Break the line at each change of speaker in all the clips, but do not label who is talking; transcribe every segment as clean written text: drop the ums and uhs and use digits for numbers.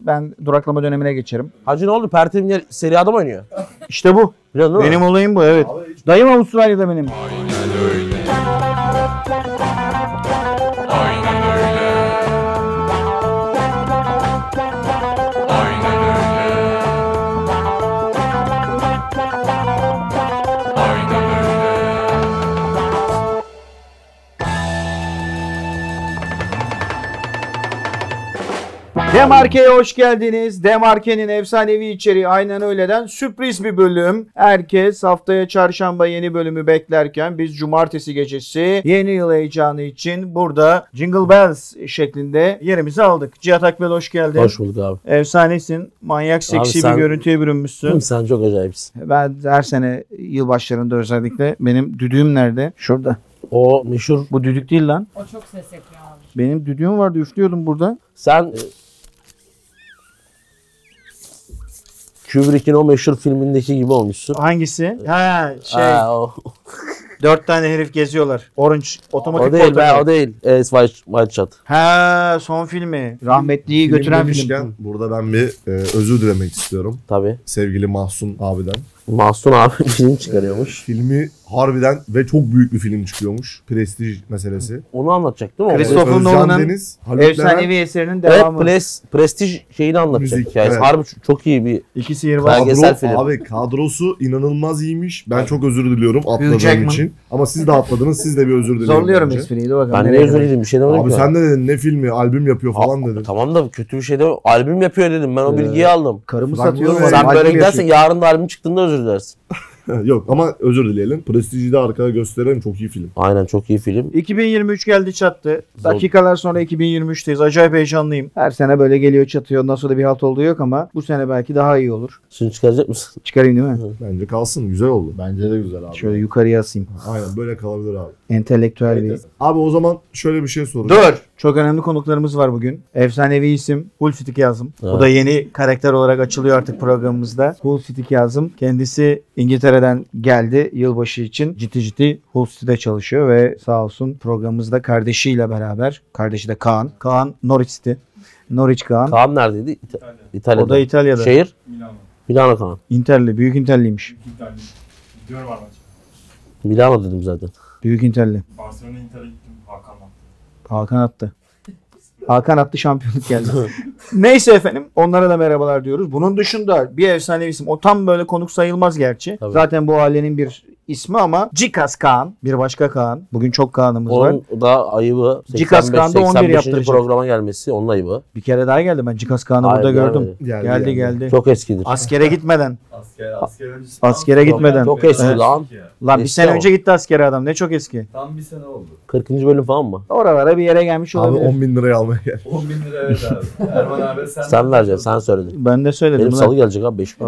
Ben duraklama dönemine geçerim.
Hacı ne oldu? Pertev Serie A'da mı oynuyor?
İşte bu.
Biliyorsun değil mi?
Benim olayım bu, evet. Dayım Avustralya'da benim.
Aynen öyle. Aynen öyle. Aynen öyle. Aynen öyle.
Demarke'ye hoş geldiniz. Demarke'nin efsanevi içeriği Aynen Öyle'den sürpriz bir bölüm. Herkes haftaya çarşamba yeni bölümü beklerken biz cumartesi gecesi yeni yıl heyecanı için burada Jingle Bells şeklinde yerimizi aldık. Cihat Akbel hoş geldin.
Hoş bulduk abi.
Efsanesin. Manyak seksi
Abi
bir görüntüye bürünmüşsün.
Sen çok acayipsin.
Ben her sene yılbaşlarında özellikle benim düdüğüm nerede? Şurada.
O meşhur.
Bu düdük değil lan.
O çok ses yapıyor abi.
Benim düdüğüm vardı, üflüyordum burada.
Sen Kubrick'in o meşhur filmindeki gibi olmuşsun.
Hangisi? Ha
O
4 tane herif geziyorlar. Orange otomatik
değil
portakal.
o değil. White Shot.
Ha, son filmi. Rahmetliyi götüren film.
demişken burada ben bir özür dilemek istiyorum.
Tabii.
Sevgili Mahsun abiden.
Mahsun abi film çıkarıyormuş.
Filmi harbiden ve çok büyük bir film çıkıyormuş. Prestij meselesi.
Onu anlatacak değil mi?
Christopher
Özcan
Nolan'ın
Deniz, Haluk
efsanevi
Levent,
eserinin
Evet,
devamı.
Prestij şeyini anlatacak
Müzik,
hikayesi.
evet.
Harbi çok iyi bir
İki sihirbaz.
belgesel film.
Abi kadrosu inanılmaz iyiymiş. Ben çok özür diliyorum
Hugh
atladığım
Jackman.
için. Ama siz de atladınız. Siz de bir özür dileyin.
Zorluyorum
bence.
espriyi. Dur bakalım.
Ben
nereye
ne özür
kadar?
dilerim bir şey demedim
Abi
ki.
sen de dedin ne filmi, albüm yapıyor falan dedin.
Tamam da kötü bir şey de albüm yapıyor dedim. Ben o bilgiyi aldım.
Karımı
Bak,
satıyorum.
bunu-
Sen
albüm
böyle gidersen
yapıyor.
yarın da albüm çıktığında özür dilersin.
Yok ama özür dileyelim. Prestij'i de arkada gösterelim. Çok iyi film.
Aynen çok iyi film.
2023 geldi çattı.
Zor.
Dakikalar sonra 2023'teyiz. Acayip heyecanlıyım. Her sene böyle geliyor çatıyor. Ondan sonra da bir halt olduğu yok ama bu sene belki daha iyi olur.
Şunu çıkaracak mısın?
Çıkarayım değil mi?
Bence kalsın. Güzel oldu.
Bence de güzel abi.
Şöyle yukarıya asayım.
Aynen böyle kalabilir abi.
Entelektüel bir.
Abi o zaman şöyle bir şey soracağım.
Dur. Çok önemli konuklarımız var bugün. Efsanevi isim Hulfitik Yazım. Bu
Evet.
da yeni karakter olarak açılıyor artık programımızda. Hulfitik Yazım. Kendisi İngiltere'den geldi yılbaşı için. Ciddi Hulfit'te çalışıyor ve sağ olsun programımızda kardeşiyle beraber. Kardeşi de Kaan. Kaan Norwich'ti. Norwich Kaan.
Kaan neredeydi? İtalya'da.
O da İtalya'da.
Şehir?
Milano.
Milano Kaan.
Interli. Büyük Interliymiş.
İtalya. Gidiyorum abi maç.
Milano dedim zaten.
Büyük Interli.
Barcelona Inter'e gittim Hakan'la.
Hakan attı. Hakan attı, şampiyonluk geldi. Neyse efendim, onlara da merhabalar diyoruz. Bunun dışında bir efsanevi isim. O tam böyle konuk sayılmaz gerçi.
Tabii.
Zaten bu ailenin bir ismi ama Cikas Kaan. Bir başka Kaan. Bugün çok Kaan'ımız var.
Onun da ayıbı
Cikas Kaan'da 11
85.
yaptıracak.
programa gelmesi onun ayıbı.
Bir kere daha geldi, ben Cikas Kaan'ı
Hayır,
burada gördüm.
gelmedi.
Geldi.
Çok eskidir.
Askere gitmeden.
Asker öncesi.
Askere gitmeden.
Çok eski
Evet.
lan.
Lan bir
Eski
sene
ama.
önce gitti askere adam. Ne çok eski.
Tam bir sene oldu.
40. bölüm falan mı?
Oralara bir yere gelmiş
Abi
olabilir.
10 bin liraya almaya gel.
10 bin lira evet abi. Erman abi
Sen vereceksin. Sen söyledin.
Ben de söyledim.
Benim
lan.
salı gelecek abi 5 gün.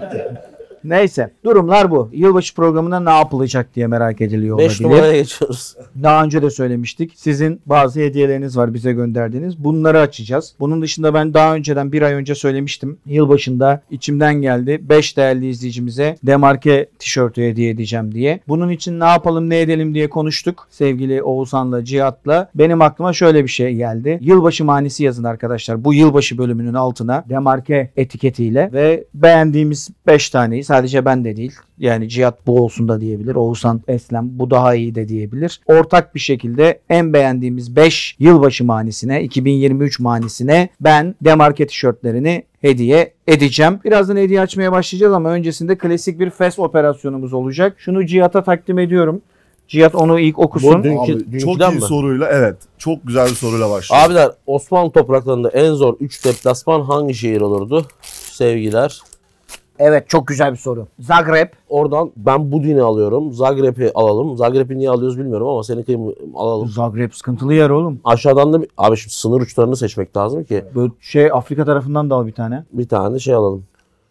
Neyse, durumlar bu. Yılbaşı programında ne yapılacak diye merak ediliyor
5
olabilir.
numaraya geçiyoruz.
Daha önce de söylemiştik. Sizin bazı hediyeleriniz var bize gönderdiğiniz. Bunları açacağız. Bunun dışında ben daha önceden bir ay önce söylemiştim. Yılbaşında içimden geldi. 5 değerli izleyicimize Demarke tişörtü hediye edeceğim diye. Bunun için ne yapalım ne edelim diye konuştuk. Sevgili Oğuzhan'la Cihat'la. Benim aklıma şöyle bir şey geldi. Yılbaşı manisi yazın arkadaşlar. Bu yılbaşı bölümünün altına Demarke etiketiyle ve beğendiğimiz 5 taneyi, sadece ben de değil. Yani Cihat bu olsun da diyebilir. Oğuzhan, Eslem bu daha iyi de diyebilir. Ortak bir şekilde en beğendiğimiz 5 yılbaşı manisine, 2023 manisine ben Demarke tişörtlerini hediye edeceğim. Birazdan hediye açmaya başlayacağız ama öncesinde klasik bir fes operasyonumuz olacak. Şunu Cihat'a takdim ediyorum. Cihat onu ilk okusun.
Bu dün-
Abi,
Dünküden
çok iyi
mi?
soruyla evet. Çok güzel bir soruyla başlıyor.
Abiler, Osmanlı topraklarında en zor 3 deplasman hangi şehir olurdu? Sevgiler.
Evet, çok güzel bir soru. Zagreb.
Oradan ben Budin'i alıyorum. Zagreb'i alalım. Zagreb'i niye alıyoruz bilmiyorum ama seni alalım.
Zagreb sıkıntılı yer oğlum.
Aşağıdan da abi şu sınır uçlarını seçmek lazım ki.
Böyle şey, Afrika tarafından da al bir tane.
Bir tane şey alalım.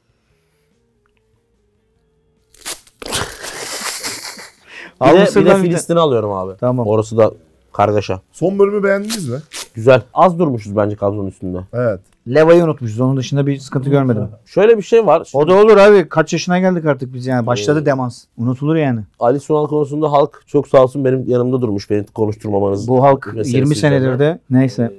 Al
Bir de
Mısır'dan bir tane.
Filistin'i alıyorum abi.
Tamam.
Orası da kargaşa.
Son bölümü beğendiniz mi?
Güzel. Az durmuşuz bence kadronun üstünde.
Evet.
Leva'yı unutmuşuz. Onun dışında bir sıkıntı görmedim.
Şöyle bir şey var.
O da olur abi. Kaç yaşına geldik artık biz yani. Başladı demans. Unutulur yani.
Ali Sunal konusunda halk çok sağ olsun benim yanımda durmuş. Beni konuşturmamanız.
Bu halk
meselesi
20 senedir
üzerine.
de neyse.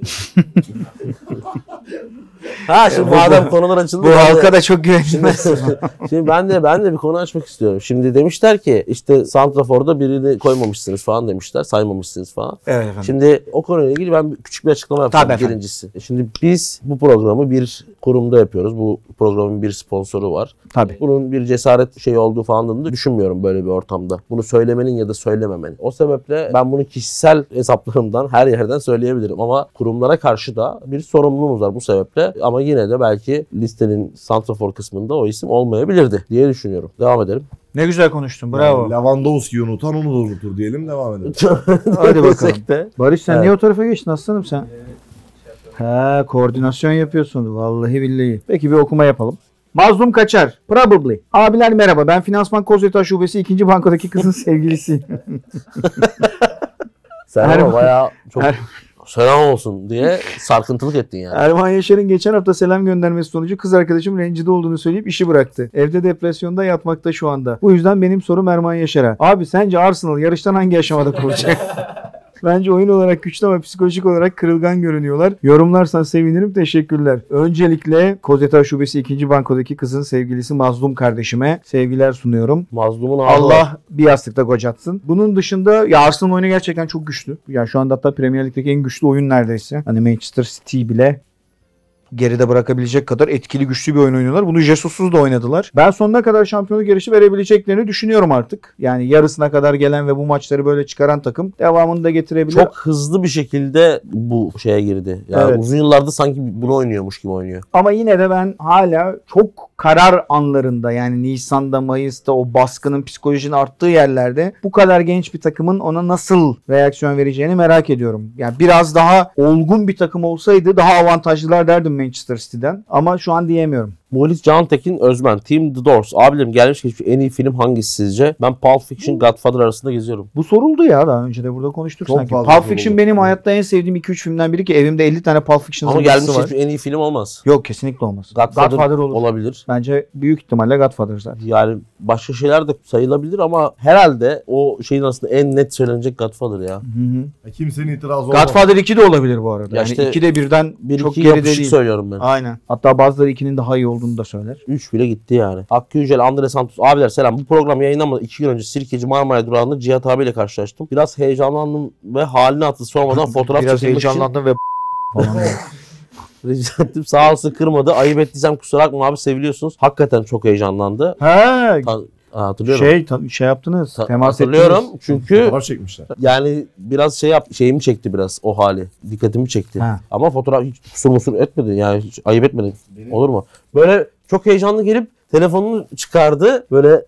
Ha şimdi madem konular açıldı.
Bu
ben de-
halka da çok güvenilmez.
Şimdi ben de bir konu açmak istiyorum. Şimdi demişler ki işte Santrafor'da birini koymamışsınız falan demişler. Saymamışsınız falan.
Evet efendim.
Şimdi o konuyla ilgili ben küçük bir açıklama yapacağım.
Tabii efendim.
Birincisi. Şimdi biz bu programı bir kurumda yapıyoruz. Bu programın bir sponsoru var.
Tabii.
Bunun bir cesaret şeyi olduğu falan da düşünmüyorum böyle bir ortamda. Bunu söylemenin ya da söylememenin. O sebeple ben bunu kişisel hesaplarımdan her yerden söyleyebilirim. Ama kurumlara karşı da bir sorumluluğumuz var bu sebeple. Ama yine de belki listenin Santrafor kısmında o isim olmayabilirdi diye düşünüyorum. Devam edelim.
Ne güzel konuştun. Bravo.
Lewandowski'yi unutan onu da unutur diyelim. Devam edelim.
Hadi bakalım.
De.
Barış sen
Evet.
niye o tarafa geçtin aslanım sen? Ha, koordinasyon yapıyorsun. Vallahi billahi. Peki bir okuma yapalım. Mazlum Kaçar. Probably. Abiler merhaba. Ben Finansman Kozyatağı Şubesi 2. Bankadaki kızın sevgilisiyim.
Sen
Erman-
ama bayağı çok
Er-
selam olsun diye sarkıntılık ettin yani.
Erman Yaşar'ın geçen hafta selam göndermesi sonucu kız arkadaşım rencide olduğunu söyleyip işi bıraktı. Evde depresyonda yatmakta şu anda. Bu yüzden benim sorum Erman Yaşar'a. Abi sence Arsenal yarıştan hangi aşamada kurulacak? Bence oyun olarak güçlü ama psikolojik olarak kırılgan görünüyorlar. Yorumlarsan sevinirim. Teşekkürler. Öncelikle Kozyatağı Şubesi 2. Bankodaki kızın sevgilisi Mazlum kardeşime sevgiler sunuyorum.
Mazlumun ağzı var.
Allah bir yastıkta kocatsın. Bunun dışında ya Arsenal oyunu gerçekten çok güçlü. Yani şu anda hatta Premier Lig'deki en güçlü oyun neredeyse. Hani Manchester City bile geride bırakabilecek kadar etkili güçlü bir oyun oynuyorlar. Bunu Jesus'suz da oynadılar. Ben sonuna kadar şampiyonluk yarışı verebileceklerini düşünüyorum artık. Yani yarısına kadar gelen ve bu maçları böyle çıkaran takım devamını da getirebilir.
Çok hızlı bir şekilde bu şeye girdi. Yani
Evet.
uzun yıllardır sanki bunu oynuyormuş gibi oynuyor.
Ama yine de ben hala çok karar anlarında yani Nisan'da, Mayıs'ta o baskının psikolojinin arttığı yerlerde bu kadar genç bir takımın ona nasıl reaksiyon vereceğini merak ediyorum. Yani biraz daha olgun bir takım olsaydı daha avantajlılar derdim Manchester City'den. Ama şu an diyemiyorum.
Muhlis Cantekin Özmen, Team The Doors. Abilerim gelmiş geçmiş en iyi film hangisi sizce? Ben Pulp Fiction, Godfather arasında geziyorum.
Bu soruldu ya daha önce de burada konuştuk
Çok
sanki.
fazla
Pulp Fiction
soruldu.
benim hayatta en sevdiğim 2-3 filmden biri ki evimde 50 tane Pulp Fiction
Ama
zımbırtısı
gelmiş
var.
geçmiş en iyi film olmaz.
Yok kesinlikle olmaz.
Godfather
olur.
olabilir.
Bence büyük ihtimalle Godfather zaten.
Yani başka şeyler de sayılabilir ama herhalde o şeyin aslında en net söylenecek Godfather ya.
Hı hı.
Kimsenin itirazı olmaz.
Godfather 2 de olabilir bu arada.
Ya
Yani
işte
2 de birden
Bir
çok
iki
geride
yapışık
değil.
söylüyorum ben.
Aynen. Hatta bazıları 2'nin daha iyi olduğunu da söyler.
3 bile gitti yani. Hakkı Yücel, Andre Santos. Abiler selam. Bu program yayınlanmadan 2 gün önce Sirkeci Marmara durağında Cihat abiyle karşılaştım. Biraz heyecanlandım ve halini hatırı sormadan fotoğraf
Biraz
çekilmek için
heyecanlandım ve falan.
rica ettim. Sağ olsun kırmadı. Ayıp ettiysem kusura bakma abi seviliyorsunuz. Hakikaten çok heyecanlandı.
Ha,
Hatırlıyorum.
şey yaptınız. Temas
Hatırlıyorum
ettiniz.
çünkü
Fotoğraf çekmişler.
yani biraz şeyimi çekti biraz o hali. Dikkatimi çekti.
Ha.
Ama fotoğraf hiç kusur etmedi. Yani hiç ayıp etmedi. Olur mu? Böyle çok heyecanlı gelip telefonunu çıkardı. Böyle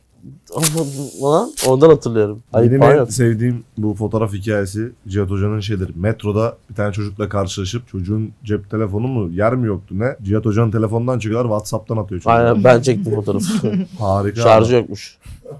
falan. Ondan hatırlıyorum. Ayıp
Benim
falan
en
yok.
sevdiğim bu fotoğraf hikayesi Cihat Hoca'nın şeydir. Metroda bir tane çocukla karşılaşıp çocuğun cep telefonu mu yer mi yoktu ne? Cihat Hoca'nın telefonundan çıkıyorlar WhatsApp'tan atıyor çocuğa.
Aynen ben çektim fotoğrafı.
Harika.
Şarjı yokmuş.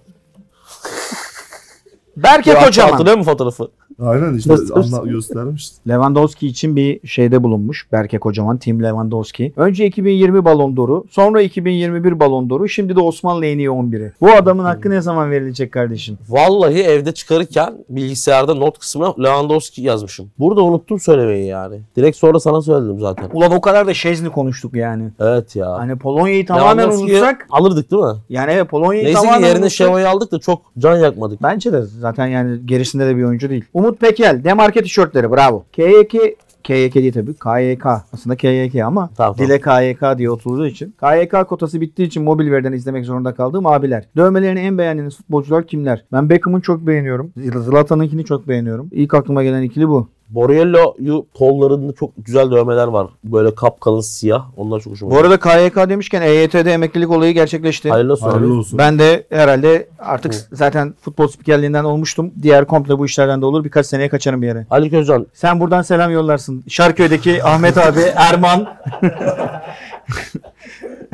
Berke Kocaman.
Hatırlıyor musun fotoğrafı?
Aynen işte göstermiş.
Lewandowski için bir şeyde bulunmuş. Berke Kocaman, Team Lewandowski. Önce 2020 Ballon d'Or'u, sonra 2021 Ballon d'Or'u, şimdi de Osmanlı en iyi 11'i. Bu adamın hakkı ne zaman verilecek kardeşim?
Vallahi evde çıkarırken bilgisayarda not kısmına Lewandowski yazmışım. Burada unuttum söylemeyi yani. Direkt sonra sana söyledim zaten.
Ulan o kadar da Şezni konuştuk yani.
Evet ya.
Hani Polonya'yı tamamen
Lewandowski'yi
unutsak.
alırdık değil mi?
Yani evet Polonya'yı
Neyse ki
tamamen
yerine
unutsak.
Şeva'yı aldık da çok can yakmadık.
Bence de zaten yani gerisinde de bir oyuncu değil. Umut Pekel, Demarke tişörtleri bravo. KYK değil tabii. KYK. Aslında KYK ama
Tamam.
dile KYK diye oturduğu için. KYK kotası bittiği için mobil veriden izlemek zorunda kaldığım abiler. Dövmelerini en beğendiğiniz futbolcular kimler? Ben Beckham'ın çok beğeniyorum. Zlatan'ınkini çok beğeniyorum. İlk aklıma gelen ikili bu.
Borriello'yu kollarında çok güzel dövmeler var. Böyle kapkalın siyah. Onlar çok hoşuma
Bu arada KYK demişken EYT'de emeklilik olayı gerçekleşti.
Hayırlı olsun.
Hayırlı olsun.
Ben de herhalde artık zaten futbol spikerliğinden olmuştum. Diğer komple bu işlerden de olur. Birkaç seneye kaçarım bir yere.
Ali Közcan.
Sen buradan selam yollarsın. Şarköy'deki Ahmet abi, Erman.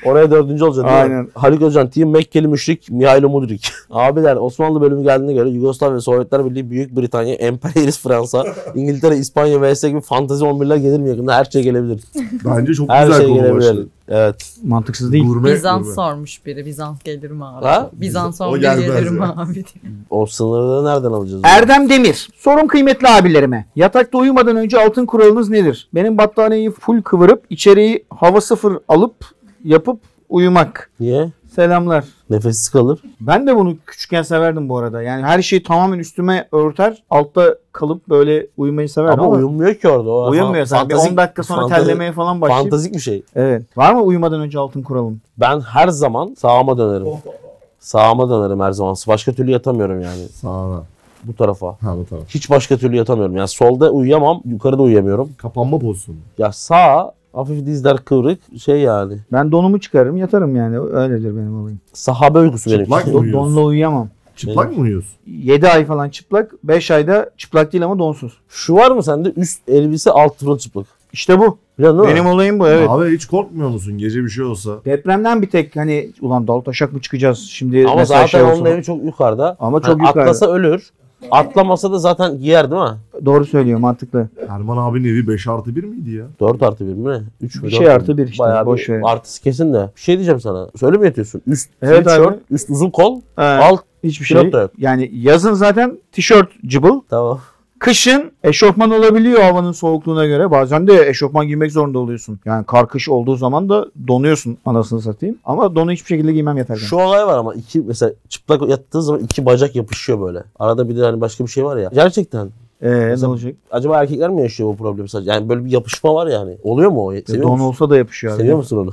Oraya 4. olacaksın değil mi?
Aynen.
Haluk Özcan, Team Mekkeli Müşrik, Mihailo Mudrik. Abiler Osmanlı bölümü geldiğine göre Yugoslavya, Sovyetler Birliği, Büyük Britanya, Emperyalist Fransa, İngiltere, İspanya vs gibi fantezi 11'ler gelir mi yakında? Her şey gelebilir.
Bence çok
Her
güzel
şey
konu
gelebilir.
başladı.
Evet.
Mantıksız değil.
Bizans sormuş biri. Bizans gelir mi abi?
Ha?
Bizans
O
11
gelmez
gelir mi
ya.
abi?
O sınırları nereden alacağız?
Erdem Demir. Sorum kıymetli abilerime. Yatakta uyumadan önce altın kuralınız nedir? Benim battaniyeyi full kıvırıp içeriği hava sıfır alıp yapıp uyumak.
Niye?
Selamlar.
Nefessiz kalır.
Ben de bunu küçükken severdim bu arada. Yani her şeyi tamamen üstüme örter. Altta kalıp böyle uyumayı severdim
Ama
ama
uyumuyor ki orada. O
uyumuyor. Sen bir 10 dakika sonra terlemeye falan başlayıp.
Fantastik bir şey.
Evet. Var mı uyumadan önce altın kuralım?
Ben her zaman sağıma dönerim. Sağıma dönerim her zaman. Başka türlü yatamıyorum yani.
Sağına.
Bu tarafa.
Ha bu taraf.
Hiç başka türlü yatamıyorum. Yani solda uyuyamam, yukarıda uyuyamıyorum.
Kapanma pozisyonu.
Ya sağ hafif dizler kıvrık şey yani.
Ben donumu çıkarırım yatarım yani. Öyledir benim olayım.
Sahabe uykusu benim
Çıplak
için.
mı uyuyorsun?
Donla uyuyamam.
Çıplak mı uyuyorsun?
7 ay falan çıplak. 5 ayda çıplak değil ama donsuz.
Şu var mı sende? Üst elbise alt çıplak.
İşte bu.
Biliyorsun değil mi?
Benim olayım bu, evet.
Abi hiç korkmuyor musun gece bir şey olsa?
Depremden bir tek hani ulan dal taşak mı çıkacağız şimdi
Ama
mesela
zaten
şey
onun
olsa.
evi çok yukarıda.
Ama çok
Hani
yukarıda.
Atlasa ölür. Atlamasa da zaten giyer değil mi?
Doğru söylüyor, mantıklı.
Erman abinin evi 5+1 miydi ya?
4+1 mi ne? 3 mü?
Bir
4
şey
mü?
artı bir işte,
Bayağı
boş ver.
artısı kesin de. Bir şey diyeceğim sana. Söyle mi yatıyorsun? Üst
Evet
tişört,
abi.
üst uzun kol,
Evet.
alt
Hiçbir
pilot
şey.
da yok.
Yani yazın zaten tişört cıbıl.
Tamam.
Kışın eşofman olabiliyor havanın soğukluğuna göre. Bazen de eşofman giymek zorunda oluyorsun. Yani kar kış olduğu zaman da donuyorsun anasını satayım. Ama donu hiçbir şekilde giymem yatarken.
Şu olay var ama iki mesela çıplak yattığı zaman iki bacak yapışıyor böyle. Arada bir de hani başka bir şey var ya. Gerçekten.
Ne olacak?
Acaba erkekler mi yaşıyor bu problemi sadece? Yani böyle bir yapışma var yani. Oluyor mu o? Seviyor
Don
musun?
olsa da yapışıyor abi.
Seviyor musun onu?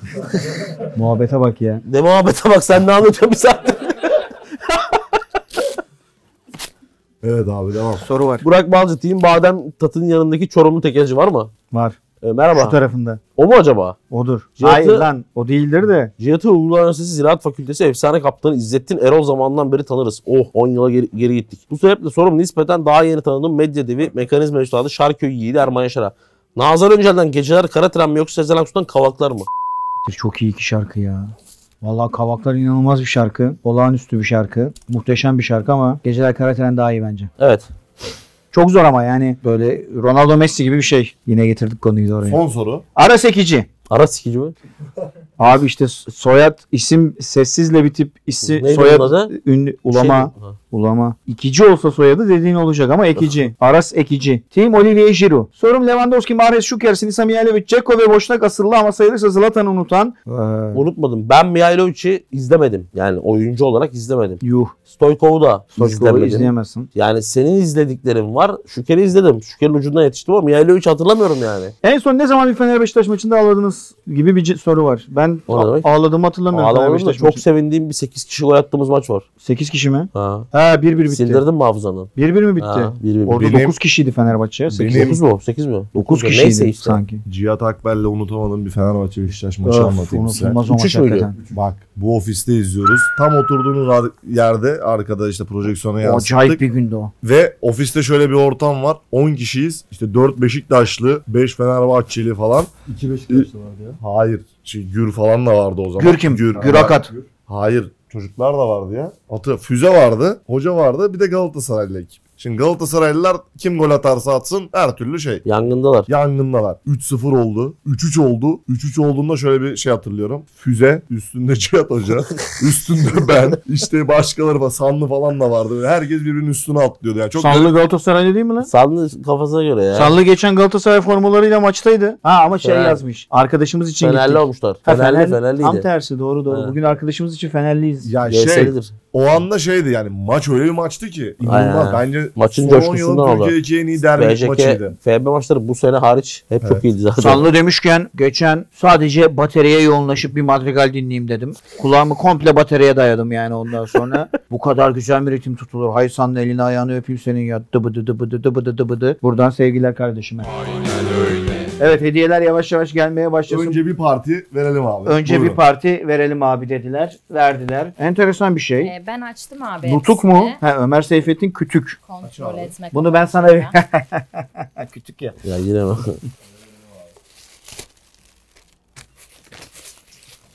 Muhabbete bak ya.
Ne muhabbete bak, sen ne anlatıyorsun bir saattir?
Evet abi devam.
Soru var.
Burak Balcı, Team Badem Tat'ın yanındaki Çorumlu tekelci var mı?
Var.
Merhaba.
Şu tarafında.
O mu acaba?
Odur.
Cihat'ı-
Hayır lan. O değildir de.
Cihat'ı Uludağ Üniversitesi Ziraat Fakültesi efsane kaptanı İzzettin Erol zamanından beri tanırız. 10 yıla geri gittik. Bu sebeple sorum nispeten daha yeni tanıdığım medya devi mekanizma üstadı Şarköy yiğidi Erman Yaşar'a. Nazar Öncel'den geceler kara tren mi yoksa Sezen Aksu'dan kavaklar mı?
Çok iyi iki şarkı ya. Vallahi Kavaklar inanılmaz bir şarkı. Olağanüstü bir şarkı. Muhteşem bir şarkı ama Geceler Karatelen daha iyi bence.
Evet.
Çok zor ama yani böyle Ronaldo Messi gibi bir şey. Yine getirdik konuyu da oraya.
Son soru.
Ara sekici.
Ara sikici mi?
Abi işte soyad isim sessizle bitip
Neydi
soyad
onun adı?
ünlü ulama.
Şey mi? Ha.
Ulama. İkici olsa soyadı dediğin olacak ama ekici. Aras ekici. Team Olivier Giroud. Sorum Lewandowski, Mahrez, Şuker, Sinisa Mihailovic, Dzeko ve Boşnak asıllı ama sayılırsa Zlatan'ı unutan.
Unutmadım. Ben Mihailovic'i izlemedim. Yani oyuncu olarak izlemedim.
Yuh.
Stoykov'u da
Soskov'u
izlemedim.
izleyemezsin.
Yani senin izlediklerin var. Şüker'i izledim. Şüker'in ucundan yetiştim ama Mihailovic'i hatırlamıyorum yani.
En son ne zaman bir Fener Beşiktaş maçında ağladınız gibi bir soru var. Ben
O ne demek?
ağladığımı hatırlamıyorum. Fener
Ağlamadım da
Beşiktaş
çok
maçı.
sevindiğim bir 8 kişi gol attığımız maç var.
8 kişi mi?
Ha.
Ha 1-1 bitti.
Sildirdin mi hafızanı?
1-1 mi bitti?
Ha, 1-1.
Orada
Benim-
9 kişiydi Fenerbahçe. 8,
Benim-
9 mu? 8 mi?
9
Neyse
kişiydi
işte.
sanki.
Cihat Akbel'le unutamadığım bir Fenerbahçe Beşiktaş maçı anlatayım size.
Unutulmaz o
3-3
maç
müydü?
hakikaten.
Bak bu ofiste izliyoruz. Tam oturduğunuz yerde arkada işte projeksiyona
Acayip
yansıttık.
bir gündü o.
Ve ofiste şöyle bir ortam var. 10 kişiyiz. İşte 4 Beşiktaşlı, 5 Fenerbahçeli falan.
2 Beşiktaşlı vardı ya.
Hayır. Gür falan da vardı o zaman.
Gür kim?
Gür.
Gür Akat.
Hayır. Çocuklar da vardı ya. Füze vardı. Hoca vardı. Bir de Galatasaraylı ekip. Şimdi Galatasaraylılar kim gol atarsa atsın her türlü şey.
Yangındalar.
Yangındalar. 3-0 oldu. 3-3 oldu. 3-3 olduğunda şöyle bir şey hatırlıyorum. Füze, üstünde Cihat Hoca, üstünde ben, işte başkaları falan, Sanlı falan da vardı. Böyle herkes birbirinin üstüne atlıyordu. Yani çok
Sanlı Galatasaraylı değil mi lan?
Sanlı kafasına göre ya.
Sanlı geçen Galatasaray formalarıyla maçtaydı. Ha ama şey
Fener.
yazmış. Arkadaşımız için
Fenerli
gittik.
olmuşlar.
Ha,
Fenerliydi.
Tam tersi doğru.
Ha.
Bugün arkadaşımız için Fenerliyiz.
ya şey,
GS'lidir.
o anda şeydi yani maç öyle bir maçtı ki. İnanılmaz.
Aynen.
Bence
Maçın
son
coşkusundan
yılın
oldu.
Türkiye'deki en iyi derbi maçıydı.
FB maçları bu sene hariç hep çok iyiydi zaten.
Sanlı demişken geçen sadece bataryaya yoğunlaşıp bir madrigal dinleyeyim dedim. Kulağımı komple bataryaya dayadım yani ondan sonra. Bu kadar güzel bir ritim tutulur. Hay Sanlı elini ayağını öpeyim senin ya. Dıbıdı dıbıdı dıbıdı dıbıdı. Buradan sevgiler kardeşime.
Aynen öyle.
Evet hediyeler yavaş yavaş gelmeye başlasın.
Önce bir parti verelim abi.
Önce
Buyurun.
bir parti verelim abi dediler. Verdiler. Enteresan bir şey.
Ben açtım abi.
Nutuk
hepsini.
mu? Ha, Ömer Seyfettin Kütük.
Kontrol etmek.
Bunu ben sana
amacıyla.
Kütük ya.
Ya yine mi?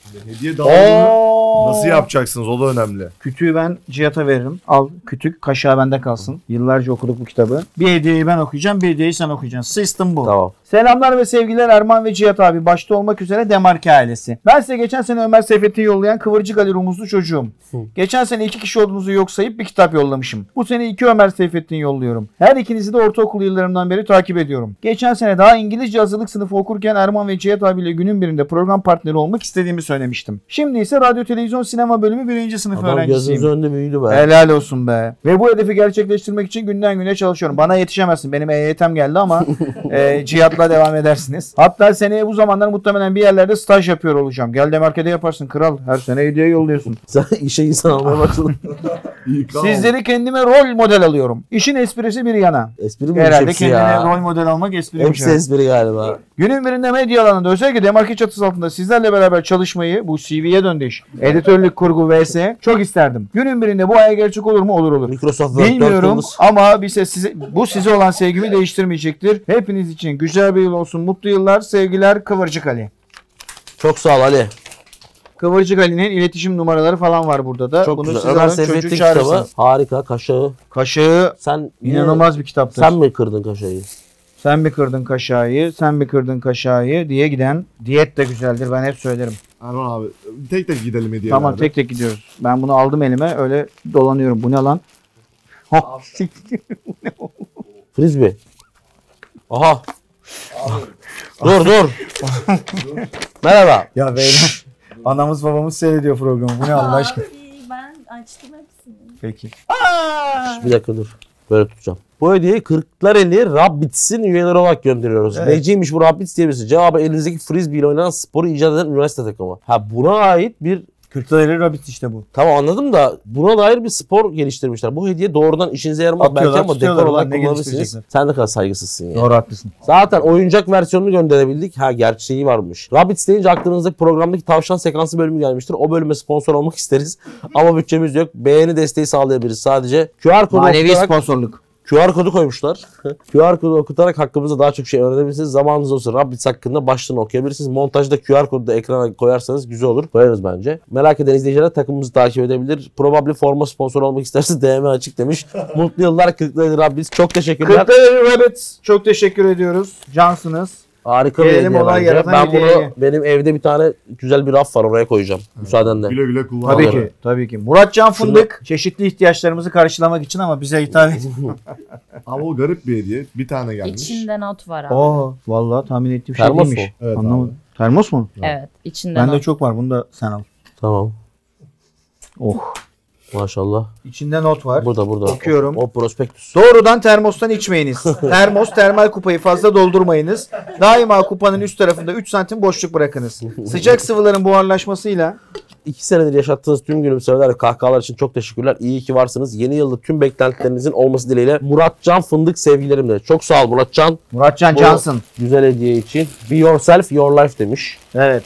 Hediye dağılımını nasıl yapacaksınız? O da önemli.
Kütüğü ben Cihat'a veririm. Al kütük, kaşığa bende kalsın. Yıllarca okuduk bu kitabı. Bir hediyeyi ben okuyacağım, bir hediyeyi sen okuyacaksın. System bu.
Tamam.
Selamlar ve sevgiler Erman ve Cihat abi. Başta olmak üzere Demarke ailesi. Ben size geçen sene Ömer Seyfettin'i yollayan Kıvırcık Ali Rumuzlu çocuğum. Geçen sene 2 kişi olduğunuzu yok sayıp bir kitap yollamışım. Bu sene 2 Ömer Seyfettin yolluyorum. Her ikinizi de ortaokul yıllarımdan beri takip ediyorum. Geçen sene daha İngilizce hazırlık sınıfı okurken Erman ve Cihat abiyle günün birinde program partneri olmak istediğimi söylemiştim. Şimdi ise radyo, televizyon, sinema bölümü 1. sınıf
Adam
öğrencisiyim.
gözünüz önünde büyüdü be.
Helal olsun be. Ve bu hedefi gerçekleştirmek için günden güne çalışıyorum. Bana yetişemezsin. Benim EYT'm geldi ama Cihat'la devam edersiniz. Hatta seneye bu zamanlar muhtemelen bir yerlerde staj yapıyor olacağım. Gel Demarke'de yaparsın kral. Her sene hediye yolluyorsun.
Sen işe insan almaya başladın.
Sizleri kendime rol model alıyorum. İşin esprisi bir yana.
Espri mi
Herhalde
hepsi
kendine
ya?
rol model almak espriymiş.
Hepsi espri galiba.
Günün birinde medya alanında özellikle Demarke çatısı altında sizlerle beraber çalışmayı, bu CV'ye döndü iş. Editörlük, kurgu vs. çok isterdim. Günün birinde bu hayal gerçek olur mu? Olur.
Microsoft Word 4
Bilmiyorum
yıldız.
ama bu size olan sevgimi değiştirmeyecektir. Hepiniz için güzel bir yıl olsun. Mutlu yıllar. Sevgiler Kıvırcık Ali.
Çok sağ ol Ali.
Kıvırcık Ali'nin iletişim numaraları falan var burada da.
Çok
Bunu
güzel.
siz
Ömer
alın,
Seyfettin
çocuğu
kitabı.
çağırırsınız.
Harika. Kaşığı.
Kaşığı
Sen
inanılmaz bir kitaptır.
Sen mi kırdın kaşığı?
Sen mi kırdın kaşağı, sen mi kırdın kaşağı diye giden diyet de güzeldir. Ben hep söylerim.
Erman abi tek tek gidelim hediyelerle.
Tamam tek tek gidiyoruz. Ben bunu aldım elime öyle dolanıyorum. Bu ne lan?
Frisbee. Aha. Dur. Merhaba.
Ya beyler anamız babamız seyrediyor programı. Bu ne Allah aşkına?
Ben açtım hepsini.
Peki.
Bir dakika dur. Böyle tutacağım. Bu hediyeyi Kırklareli Rabbits'in üyeleri olarak gönderiyoruz.
Evet.
Neciymiş bu Rabbits diye birisi? Cevabı elinizdeki frisbee ile oynanan sporu icat eden üniversite takımı. Ha buna ait bir...
Kırklareli Rabbit işte bu.
Tamam anladım da buna dair bir spor geliştirmişler. Bu hediye doğrudan işinize yaramaz belki
Atıyorlar,
ama dekor
tutuyorlar
olarak
ulan, ne
kullanabilirsiniz.
geliştirecekler?
Sen ne kadar saygısızsın ya.
Doğru haklısın.
Zaten oyuncak versiyonunu gönderebildik. Ha gerçeği varmış. Rabbids deyince aklınızdaki programdaki tavşan sekansı bölümü gelmiştir. O bölüme sponsor olmak isteriz. Ama bütçemiz yok. Beğeni desteği sağlayabiliriz sadece. QR kodu
Manevi
okutarak
sponsorluk.
QR kodu koymuşlar. QR kodu okutarak hakkımızda daha çok şey öğrenebilirsiniz. Zamanınız olsa Rabbids hakkında başlığını okuyabilirsiniz. Montajda QR kodu da ekrana koyarsanız güzel olur. Koyarız bence. Merak eden izleyiciler takımımızı takip edebilir. Probably forma sponsor olmak isterse DM açık demiş. Mutlu yıllar Kırklareli Rabbids. Çok teşekkürler.
Kırklareli Rabbit çok teşekkür ediyoruz. Cansınız.
Harika bir
Gelelim
hediye
olay
bence.
yaratan
Ben
hediyeye.
bunu benim evde bir tane güzel bir raf var oraya koyacağım. Müsaadenle.
Güle güle kullan.
Tabii
Alırım.
ki, tabii ki. Muratcan Fındık çeşitli ihtiyaçlarımızı karşılamak için ama bize hitap ediyor.
Ama o garip bir hediye. Bir tane gelmiş.
İçinde not var abi.
Oo, vallahi tahmin ettiğim şey
Termos
değilmiş.
mu?
Evet
Anlamadım. Termos mu?
Evet. içinde
Bende
not.
çok var. Bunu da sen al.
Tamam.
Oh.
Maşallah.
İçinde not var.
Burada.
Okuyorum.
O prospektüs.
Doğrudan termostan içmeyiniz. Termos, termal kupayı fazla doldurmayınız. Daima kupanın üst tarafında 3 santim boşluk bırakınız. Sıcak sıvıların buharlaşmasıyla
2 senedir yaşattığınız tüm gülümsemeler ve kahkahalar için çok teşekkürler. İyi ki varsınız. Yeni yılda tüm beklentilerinizin olması dileğiyle Muratcan Fındık sevgilerimle. Çok sağ ol Muratcan.
Muratcan
Bu
Cansın.
Güzel hediye için. Be yourself, your life demiş.
Evet.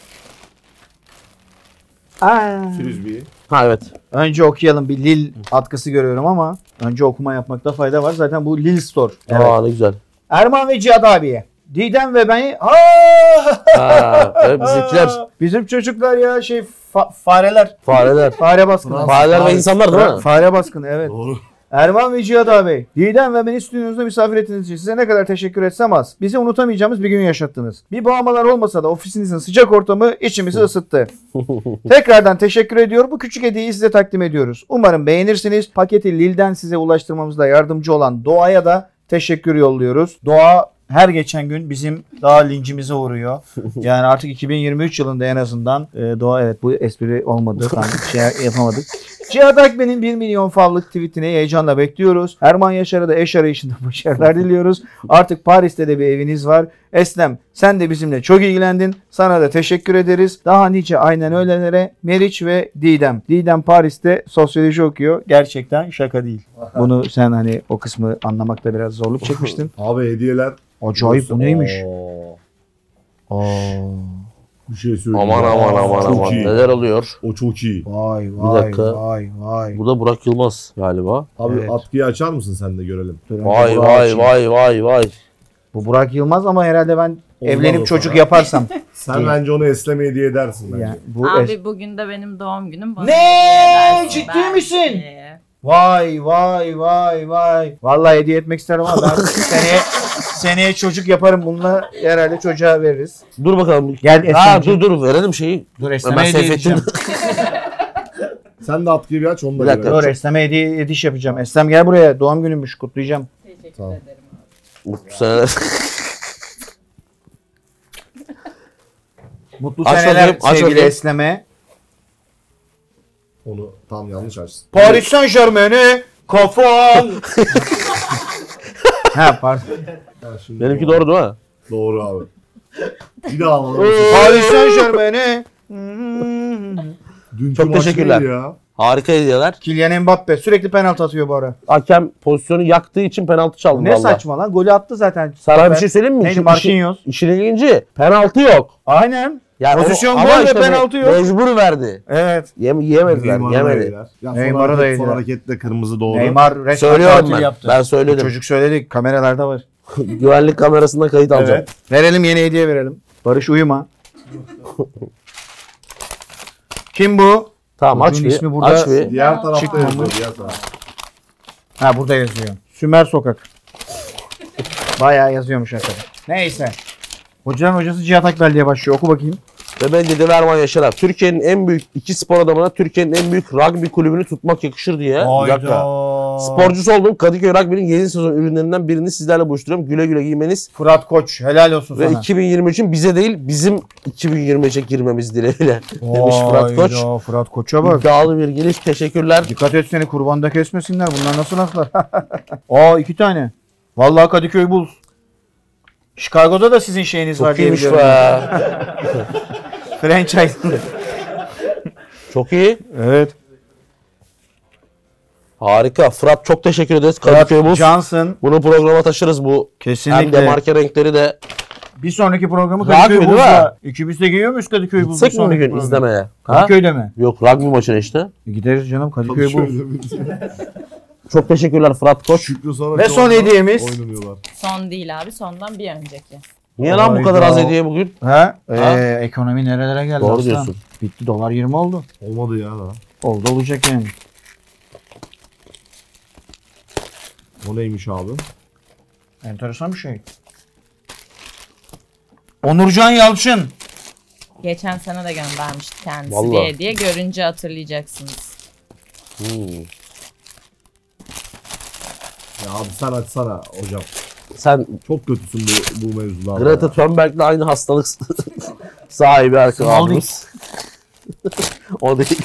Frisbee.
Ha evet.
Önce okuyalım. Bir Lil atkısı görüyorum ama önce okuma yapmakta fayda var. Zaten bu Lil Store. Evet.
Aa ne güzel.
Erman ve Cihat abiye. Didem ve beni.
Ha, evet bizimkiler
Bizim çocuklar ya fareler.
fareler.
Fare baskını.
Fareler ve insanlar değil mi?
Fare baskını evet.
Doğru.
Erman ve Cihat abi. Didem ve beni stüdyonuzda misafir ettiğiniz için size ne kadar teşekkür etsem az. Bizi unutamayacağımız bir gün yaşattınız. Bir bağlamalar olmasa da ofisinizin sıcak ortamı içimizi ısıttı. Tekrardan teşekkür ediyor. Bu küçük hediyeyi size takdim ediyoruz. Umarım beğenirsiniz. Paketi Lil'den size ulaştırmamızda yardımcı olan Doğa'ya da teşekkür yolluyoruz. Doğa her geçen gün bizim daha lincimize uğruyor. Yani artık 2023 yılında en azından Doğa evet bu espri olmadı. Tam bir şey yapamadık. Cihat Akben'in 1 milyon favlık tweetini heyecanla bekliyoruz. Erman Yaşar'a da eş arayışında başarılar diliyoruz. Artık Paris'te de bir eviniz var. Eslem sen de bizimle çok ilgilendin. Sana da teşekkür ederiz. Daha nice aynen öylelere Meriç ve Didem. Didem Paris'te sosyoloji okuyor. Gerçekten şaka değil. Bunu sen hani o kısmı anlamakta biraz zorluk çekmiştin.
Abi hediyeler.
Acayip bu neymiş?
Oo. Bir şey söyleyeyim.
Aman
Çok iyi.
neler oluyor?
O çok iyi.
Vay
Bir
vay
dakika.
vay.
Bu da Burak Yılmaz galiba.
Abi
Evet.
atkıyı açar mısın sen de görelim.
Dur, önce
Vay
Burak'ı
vay
açayım.
vay vay vay.
Bu Burak Yılmaz ama herhalde ben evlenip
o
çocuk
sana.
yaparsam.
Sen bence onu Eslem'e hediye edersin bence.
Yani bu
Abi bugün de benim doğum günüm. Bana
Ne?
hediye edersin
Ciddi
belki.
misin? Vay vay vay vay. Vallahi hediye etmek isterim ama ben seneye çocuk yaparım. Bununla herhalde çocuğa veririz.
Dur bakalım.
Gel
Aa,
Eslem'ciğim.
dur verelim şeyi.
Dur
Ben
Eslem'e hediye
Seyfettin.
edeceğim.
Sen de atkıyı bir aç onu da
Bir dakika.
Dur
görelim.
Eslem'e hediye ediş yapacağım. Eslem gel buraya. Doğum günümmüş. Kutlayacağım.
Teşekkür
Tamam.
ederim.
Mutlu seneler.
Mutlu
Aç
seneler
bakayım, aç
sevgili
bakayım.
Eslem'e.
Onu tam yanlış açsın.
Paris Saint Germain'e kafan. Ha pardon.
Ha, şimdi
Benimki doğru değil mi?
Doğru abi. Bir daha alalım.
Paris Saint Germain'e.
Dünkü
Çok
maç
teşekkürler.
neydi ya?
Harika hediyeler.
Kylian Mbappe sürekli penaltı atıyor bu ara.
Hakem pozisyonu yaktığı için penaltı çaldı
Ne
vallahi.
saçma lan. Golü attı zaten.
Sana bir şey söyleyeyim mi?
Neydi,
İşin-
Marquinhos?
İşin ilginci. Penaltı yok.
Aynen.
Yani
Pozisyon
ama
gol ve
işte
penaltı yok.
Mecbur verdi.
Evet.
Yemediler.
Neymar'a
Yemedi.
yediler. Ya
Neymar'a
son
da
hareket-
yediler.
Son harekette kırmızı doğru.
Neymar resmen
Söylüyorum
tatil
ben.
yaptı.
Ben söyledim.
Çocuk söyledi. Kameralarda var.
Güvenlik kamerasında kayıt alacağım.
Evet.
Verelim yeni hediye verelim. Barış uyuma. Kim bu?
Tamam aç
Çocuğun
bir.
ismi burada.
Aç bir.
Diğer tarafta
Çıkmamış.
yazıyor. Diğer tarafta.
Ha burada yazıyor. Sümer Sokak. Bayağı yazıyormuş hakikaten. Neyse. Hocanın hocası Cihat Akbel diye başlıyor. Oku bakayım.
Ve bence de Erman Yaşar'a Türkiye'nin en büyük iki spor adamına Türkiye'nin en büyük rugby kulübünü tutmak yakışır diye. Bir dakika. Sporcusu olduğum Kadıköy Rugby'nin yeni sezon ürünlerinden birini sizlerle buluşturuyorum. Güle güle giymeniz
Fırat Koç. Helal olsun
ve
sana.
2023'ün bize değil bizim 2023'e girmemiz dileğiyle demiş Fırat Koç.
Hayda, Fırat Koç'a bak.
İddialı bir geliş. Teşekkürler.
Dikkat et seni kurbanda kesmesinler. Bunlar nasıl laflar? Aa 2 tane. Vallahi Kadıköy Bulls. Chicago'da da sizin şeyiniz var
Çok
diye
iyiymiş
biliyorum.
be.
Franchise.
Çok iyi.
Evet.
Harika. Fırat çok teşekkür ederiz. Kadıköy
Fırat
Buz.
Johnson.
Bunu programa taşırız bu. Hem
Kesinlikle.
de marka renkleri de.
Bir sonraki programı
Rugby
Kadıköy
değil mi?
Buls'la. İkimiz de giyiyor muyuz Kadıköy Buls'u?
Gitsek mi bir gün izlemeye? Ha?
Kadıköy'de mi?
Yok rugby maçına işte.
Gideriz canım Kadıköy Bulls.
Şöyle bir
Çok teşekkürler Fırat Koç.
Şükrü sonra
Ve son hediyemiz.
oynanıyorlar.
Son değil abi. Sondan bir önceki.
Niye lan bu kadar az hediye bugün?
Ha? Ekonomi nerelere geldi
Doğru
aslan?
diyorsun.
Bitti dolar 20 oldu.
Olmadı ya daha.
Oldu olacak yani.
O neymiş abi?
Enteresan bir şey. Onurcan Yalçın.
Geçen sene de göndermişti kendisi
Vallahi.
bir hediye. Görünce hatırlayacaksınız.
Ya abi sen açsana hocam.
Sen
Çok kötüsün bu mevzularda.
Greta Thunberg'le aynı hastalık sahibi arkadaşımız. O değil.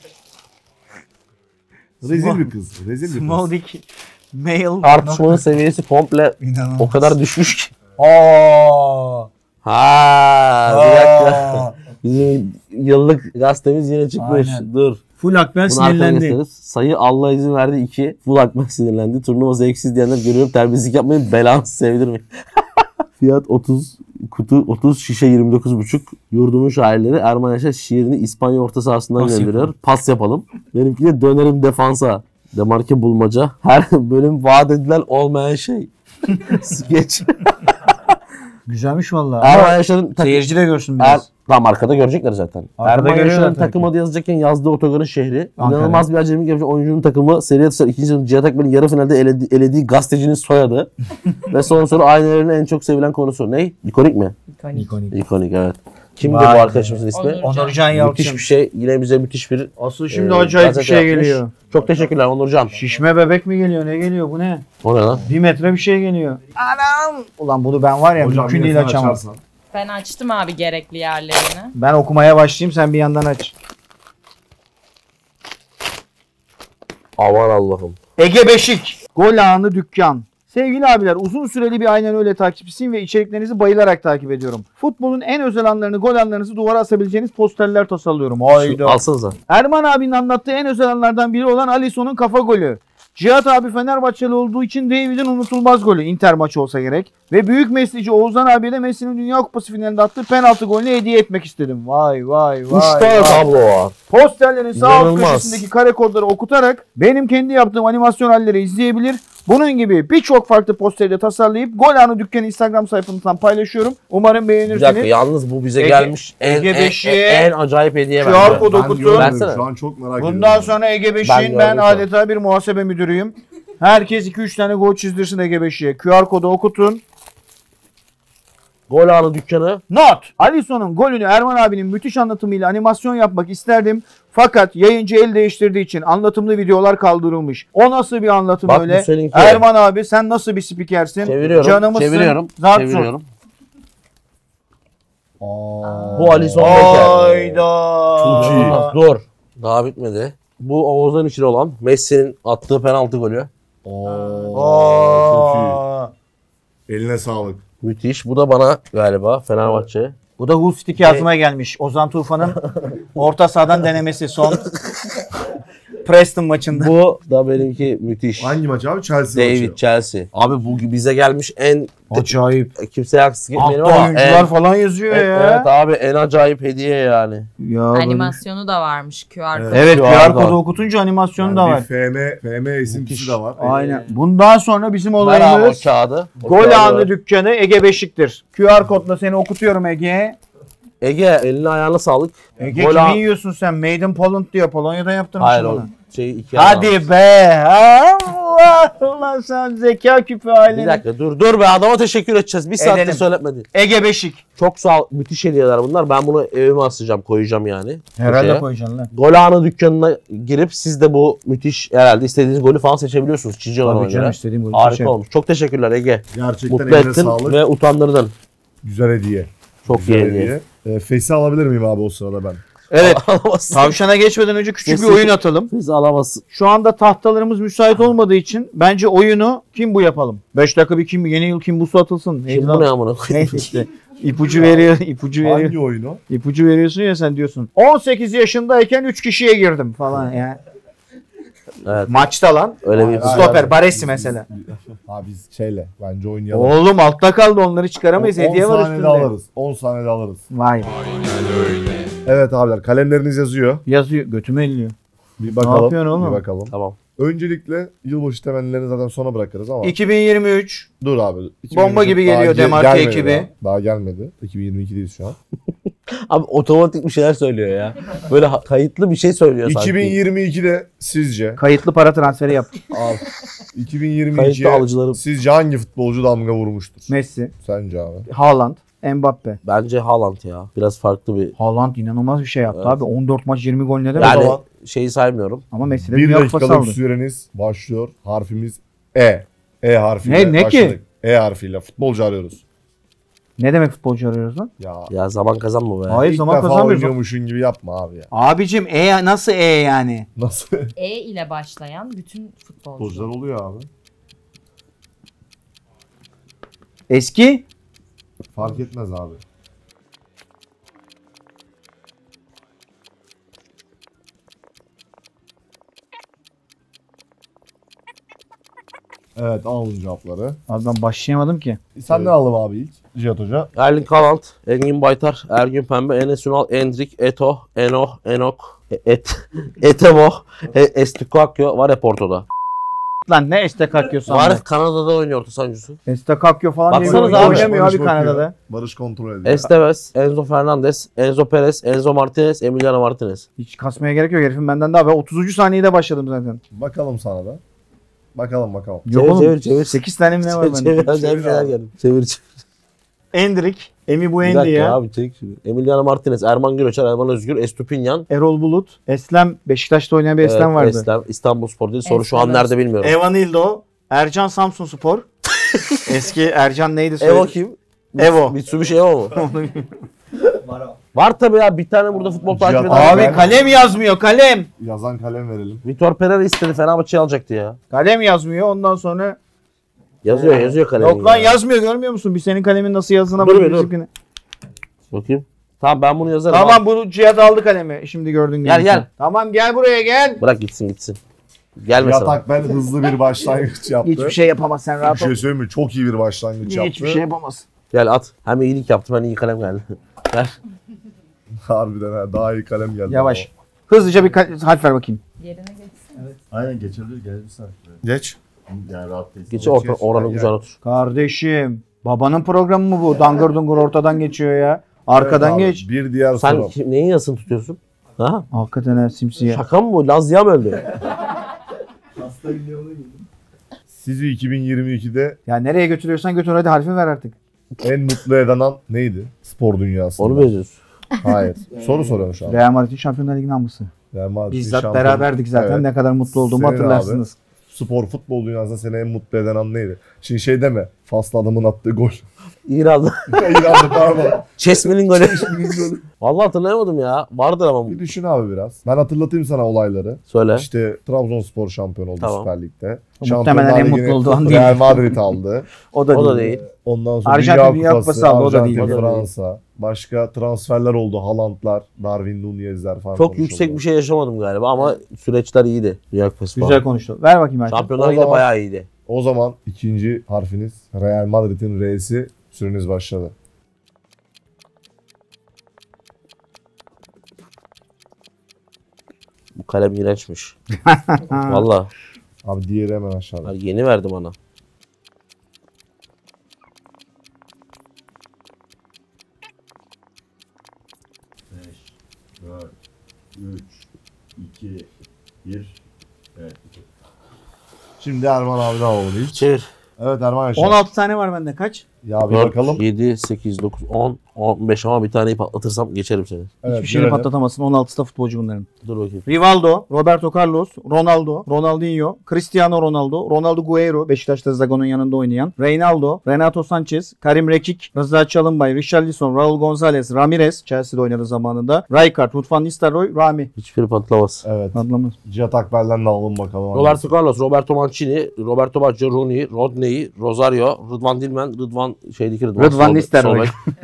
Rezil bir kız. Rezil bir kız.
Small dick male.
Tartışmanın seviyesi komple
İnanılmaz.
o kadar düşmüş ki.
Aa.
Ha, bir dakika. Bizim yıllık gazetemiz yine çıkmış.
Aynen.
Dur.
Full Akbel
Bunu arkada
sinirlendi.
gösteririz. Sayı Allah izin verdi 2. Full Akbel sinirlendi. Turnuva zevksiz diyenler görüyorum. Terbiyesizlik yapmayın. Belanızı sevdirmeyin. Fiyat 30. Kutu 30. Şişe 29,5. Yurdumun şairleri Erman Yaşar şiirini İspanya orta sahasından
Pas
gönderiyor.
yapalım.
Pas yapalım. Benimki de dönerim defansa. Demarke bulmaca. Her bölüm vaat edilen olmayan şey. Geç.
Güzelmiş vallahi.
Erman Yaşar'ın takım...
Seyirci de görsün biraz.
Tam arkada görecekler zaten.
Arkada
Erman
görüyorlar
Yaşar'ın
tabii
takım
ki.
adı yazacakken yazdığı otogarın şehri.
Ankara.
İnanılmaz bir acemilik yapmış. Oyuncunun takımı seri atışlar 2. sezon Cihat Akbel'in yarı finalde elediği gazetecinin soyadı. Ve son soru aynı evrenin en çok sevilen konusu. Ne? İkonik mi?
İkonik.
İkonik.
İkonik evet. Kimdi
Vay
bu
be.
arkadaşımızın ismi?
Onur.
Onurcan
Müthiş
Yalçın.
bir şey. Yine bize müthiş bir
Asıl şimdi
e,
acayip bir
gazete
şey
yapmış.
geliyor.
Çok teşekkürler Onurcan.
Şişme bebek mi geliyor? Ne geliyor? Bu ne?
O ne lan?
1 metre bir şey geliyor. Anam! Ulan bunu ben var ya
Hocam
mümkün
yine
değil
sen
açamam.
açarsan.
Ben açtım abi gerekli yerlerini.
Ben okumaya başlayayım sen bir yandan aç.
Aman Allah'ım.
Ege Beşik. Gol anı dükkan. Sevgili abiler uzun süreli bir aynen öyle takipçisiyim ve içeriklerinizi bayılarak takip ediyorum. Futbolun en özel anlarını, gol anlarınızı duvara asabileceğiniz posterler tasarlıyorum. Hayda.
Alsanıza.
Erman abinin anlattığı en özel anlardan biri olan Alisson'un kafa golü. Cihat abi Fenerbahçeli olduğu için David'in unutulmaz golü. Inter maçı olsa gerek. Ve büyük Messi'ci Oğuzhan abiye de Messi'nin Dünya Kupası finalinde attığı penaltı golünü hediye etmek istedim. Vay vay
3
vay.
tane
vay.
tablo var.
Posterlerin sağ alt
İnanılmaz.
köşesindeki kare kodları okutarak benim kendi yaptığım animasyon halleri izleyebilir. Bunun gibi birçok farklı posteri de tasarlayıp Gol Anı Dükkanı Instagram sayfamızdan paylaşıyorum. Umarım
Bir dakika
beğenirsiniz.
yalnız bu bize
Ege-
gelmiş
Ege Beşik'e
en acayip hediye
QR
bence.
kodu
Ben
okutun.
görmedim.
Versene.
Şu an çok merak ediyorum.
Bundan sonra Ege
Ben
Beşik'in ben
gördüm
adeta bir muhasebe müdürüyüm. Herkes 2-3 tane gol çizdirsin Ege Beşik'e. QR kodu okutun.
Gol Anı Dükkanı.
Not. Alisson'un golünü Erman abinin müthiş anlatımıyla animasyon yapmak isterdim. Fakat yayıncı el değiştirdiği için anlatımlı videolar kaldırılmış. O nasıl bir anlatım
Bak
öyle?
bu seninki.
Erman abi sen nasıl bir spikersin?
Çeviriyorum.
Canımızsın.
Çeviriyorum.
Zart zor.
Çeviriyorum.
Aa.
Bu Alisson Becker.
Hayda.
Çok iyi.
Dur. Daha bitmedi. Bu Oğuzhan içine olan Messi'nin attığı penaltı golü.
Çok iyi. Eline sağlık.
Müthiş. Bu da bana galiba Fenerbahçe.
Bu da Hull Stick yazmaya gelmiş. Ozan Tufan'ın orta sahadan denemesi son Preston maçında.
Bu da benimki müthiş.
Hangi maç abi? Chelsea
David
maçı.
Chelsea. Abi bu bize gelmiş en
Acayip.
kimseye haksız gitmeyelim
Altta
ama
oyuncular
en,
falan yazıyor ya.
evet abi en acayip hediye yani.
Ya böyle-
Animasyonu da varmış QR kodu.
Evet
QR
QR kodu
kodu.
okutunca animasyonu
Yani
da var.
bir FM esintisi de var.
Aynen. Bundan sonra bizim
Ver abi o
olayımız
kağıdı. O
Gol
kağıdı
Anı
ver.
Dükkanı Ege Beşik'tir. QR kodla seni okutuyorum Ege.
Ege eline ayağına sağlık.
Ege
Gol
kimi
Anı-
yiyorsun sen? Made in Poland diyor. Polonya'da yaptırmışsın
Hayır
onu.
o şeyi iki
Hadi be. Allah Allah sen zeka küpü
Bir
halini.
dakika dur be adama teşekkür edeceğiz. Bir saattir
Edelim.
söyletmedi.
Ege Beşik.
Çok sağ ol. Müthiş hediyeler bunlar. Ben bunu evime asacağım, koyacağım yani.
Herhalde
Köşeye.
koyacaksın lan.
Gol Anı Dükkanı'na girip siz de bu müthiş herhalde istediğiniz golü falan seçebiliyorsunuz. Çizici olan
Tabii canım
göre.
istediğim golü
Harika
seçerim.
olmuş. Çok teşekkürler Ege.
Gerçekten
Mutlu
eline
ettin
sağlık.
ve utandırdın.
Güzel hediye.
Çok
Güzel
iyi hediye.
Fes'i alabilir miyim abi o sırada ben?
Evet.
Alamazsın.
Tavşana geçmeden önce küçük bir
Kesin.
oyun atalım.
Biz alamazsın.
Şu anda tahtalarımız müsait olmadığı için bence oyunu kim bu yapalım? 5 dakika bir kim yeni yıl kim bu su atılsın.
Kim bu ne amına koyayım?
Neyse işte. İpucu veriyor, ipucu veriyor.
Hangi oyunu?
İpucu veriyorsun ya sen diyorsun. 18 yaşındayken 3 kişiye girdim falan ya.
Evet.
Maçta lan.
Öyle bir
Stoper, Baresi mesela.
Abi biz şeyle bence oynayalım.
Oğlum altta kaldı onları çıkaramayız.
10
Hediye var
saniyede
üstünde.
alırız. 10 saniyede alırız.
Vay.
Aynen öyle.
Evet abiler kalemleriniz yazıyor.
Yazıyor. Götümü elliyor.
Bir bakalım.
yapıyorsun oğlum?
Bir bakalım.
Tamam.
Öncelikle yılbaşı temennilerini zaten sona bırakırız ama.
2023.
Dur abi.
Bomba gibi
daha
geliyor Demarke
gelmedi
ekibi.
Daha gelmedi. 2022'deyiz şu an.
Abi otomatik bir şeyler söylüyor ya. Böyle kayıtlı bir şey söylüyor sanki.
2022'de sizce
Kayıtlı para transferi yaptı.
abi
Kayıtlı
2022'ye
alıcılarım.
sizce hangi futbolcu damga vurmuştur?
Messi,
Sence abi?
Haaland, Mbappe.
Bence Haaland ya. Biraz farklı bir.
Haaland inanılmaz bir şey yaptı
Evet.
abi. 14 maç 20 gol ne demek?
Yani
zaman-
şeyi saymıyorum.
Ama Messi de
1
bir kupası
dakikalık
aldı.
süreniz başlıyor. Harfimiz E. E harfiyle
Ne ki?
başladık. E harfiyle futbolcu arıyoruz.
Ne demek futbolcu arıyoruz lan?
Ya
Ya zaman kazanma be.
Hayır
ilk
zaman
defa
kazanmıyoruz.
oynuyormuşsun gibi yapma abi ya.
Abicim nasıl yani?
Nasıl?
E ile başlayan bütün
Futbolcular
futbolcular.
oluyor abi.
Eski?
Fark etmez abi. Evet alalım cevapları.
Abi ben başlayamadım ki.
Sen ne alalım abi ilk? Cihat Hoca.
Erling Haaland, Engin Baytar, Ergün Pembe, Enes Ünal, Endrik, Eto, Enok, Etemo, Estukakyo var ya Porto'da.
Lan ne Estekakyo
Var
sandı.
Kanada'da oynuyor orta savunucusu.
Estekakyo falan diye bir
Baksanıza
oyuncu
abi.
oynamıyor abi
bakıyor.
Kanada'da.
Barış kontrol ediyor.
Esteves, Enzo Fernandez, Enzo Perez, Enzo Martinez, Emiliano Martinez.
Hiç kasmaya gerek yok herifin benden daha. Ben 30. saniyede başladım zaten.
Bakalım sana da. Bakalım.
Yok
Çevir,
oğlum.
çevir.
8 tane mi ne var
Çevir,
bende?
acayip şeyler geldi. Çevir.
Endrik, Emi
Bir
Buendi
dakika
ya.
abi çek şunu. Emiliano Martinez, Erman Güröçer, Erman Özgür, Estupinyan.
Erol Bulut, Eslem, Beşiktaş'ta oynayan bir Eslem vardı.
Eslem, İstanbulspor değil. Soru şu an
Eslem
nerede bilmiyorum.
Evan İldo, Ercan Samsunspor. Eski Ercan neydi
Evo
söyle?
kim?
Evo.
Mitsubishi Evo mu? Var tabii ya bir tane burada futbol takip eden.
Cihat
Abi
Ben-
kalem yazmıyor kalem.
Yazan kalem verelim.
Vitor Pereira istedi Fenerbahçe'yi alacaktı ya.
Kalem yazmıyor ondan sonra.
Yazıyor kalemi.
Yok lan yazmıyor görmüyor musun? Bir senin kalemin nasıl yazdığına
Dur
bak
bir, dur.
bizimkine.
Bakayım. Tamam ben bunu yazarım.
Tamam
abi.
bunu Cihat aldı kalemi. Şimdi gördün gibi.
Gel, gel.
Tamam gel buraya gel.
Bırak gitsin. Gel mesela.
Yatak ben hızlı bir başlangıç yaptı.
Hiçbir şey yapamaz sen
Bir
rahat ol.
şey söyleyeyim mi? Çok iyi bir başlangıç yaptı.
Hiçbir şey yapamaz.
Gel at. Hem iyilik yaptım hem iyi kalem geldi. Gel.
Harbiden ha, daha iyi kalem geldi.
Yavaş. Hızlıca bir harf ver bakayım.
Yerine geçsin.
Aynen geçebilir. Gel bir saniye.
Geç. Yani rahat değil.
Geç oranı kucağına otur.
Kardeşim babanın programı mı bu? Dangır dungur ortadan geçiyor ya. Arkadan geç.
Bir diğer
Sen
soru.
neyin yasını tutuyorsun? Ha?
Hakikaten ha, simsiyah.
Şaka mı bu? Lazya mı öldü?
Sizi 2022'de
Ya nereye götürüyorsan götür, hadi harfi ver artık.
en mutlu eden an neydi? Spor dünyasında.
Onu mu yazıyorsun?
Hayır. Soru soruyorum şu an.
Real Madrid'in Şampiyonlar Ligi namlusu.
Real Madrid
Bizzat
şampiyon.
beraberdik zaten,
Evet.
ne kadar mutlu olduğumu
Senin
hatırlarsınız.
Spor futbol dünyasında seni en mutlu eden an neydi? Şimdi şey deme. Faslı adamın attığı gol.
İran'da.
İran'da pardon.
Chesmel'in golü. Vallahi hatırlayamadım ya. Vardır ama.
Bir düşün abi biraz. Ben hatırlatayım sana olayları.
Söyle.
İşte Trabzonspor şampiyon oldu
Tamam.
Süper Lig'de.
Muhtemelen en mutlu olduğu an değil.
Real Madrid aldı.
O da
O da
değil.
değil.
Ondan sonra
Arjantin
Dünya Kupası
aldı, o da değil.
Arjantin,
O da değil.
Fransa. Başka transferler oldu. Haaland'lar, Darwin Nunez'ler falan
Çok
konuşuldu.
yüksek bir şey yaşamadım galiba ama süreçler iyiydi. Dünya Kupası
Güzel
falan.
konuştu. Ver bakayım artık.
Şampiyonlar
O
Ligi de
zaman-
bayağı iyiydi.
O zaman ikinci harfiniz Real Madrid'in R'si. Süreniz başladı.
Bu kalem iğrençmiş. Valla.
Abi diğeri hemen aşağıda.
Yeni verdim ana.
Şimdi Erman abiden alalım ilk.
Çevir.
Evet Erman Yaşar.
16 tane var bende, kaç?
Ya bir
4,
bakalım.
7, 8, 9, 10, 15 ama bir taneyi patlatırsam geçerim seni.
Evet,
Hiçbir şeyini
görelim.
patlatamazsın. 16'sı da futbolcu bunların.
Dur bakayım.
Rivaldo, Roberto Carlos, Ronaldo, Ronaldinho, Cristiano Ronaldo, Ronaldo Guerreiro, Beşiktaş'ta Zago'nun yanında oynayan, Reynaldo, Renato Sanchez, Karim Rekik, Rıza Çalınbay, Richarlison, Raul Gonzalez, Ramirez, Chelsea'de oynadı zamanında, Rijkaard, Ruud van Nistelrooy, Rami.
Hiçbiri patlamaz.
Evet.
Adlamaz.
Cihat Akbel'den de alalım bakalım.
Roberto Carlos, Roberto Mancini, Roberto Baggio, Rooney, Rodney, Rosario, Rıdvan Dilmen, Rıdvan şeydeki Rıdvan.
Rıdvan Nistelrooy.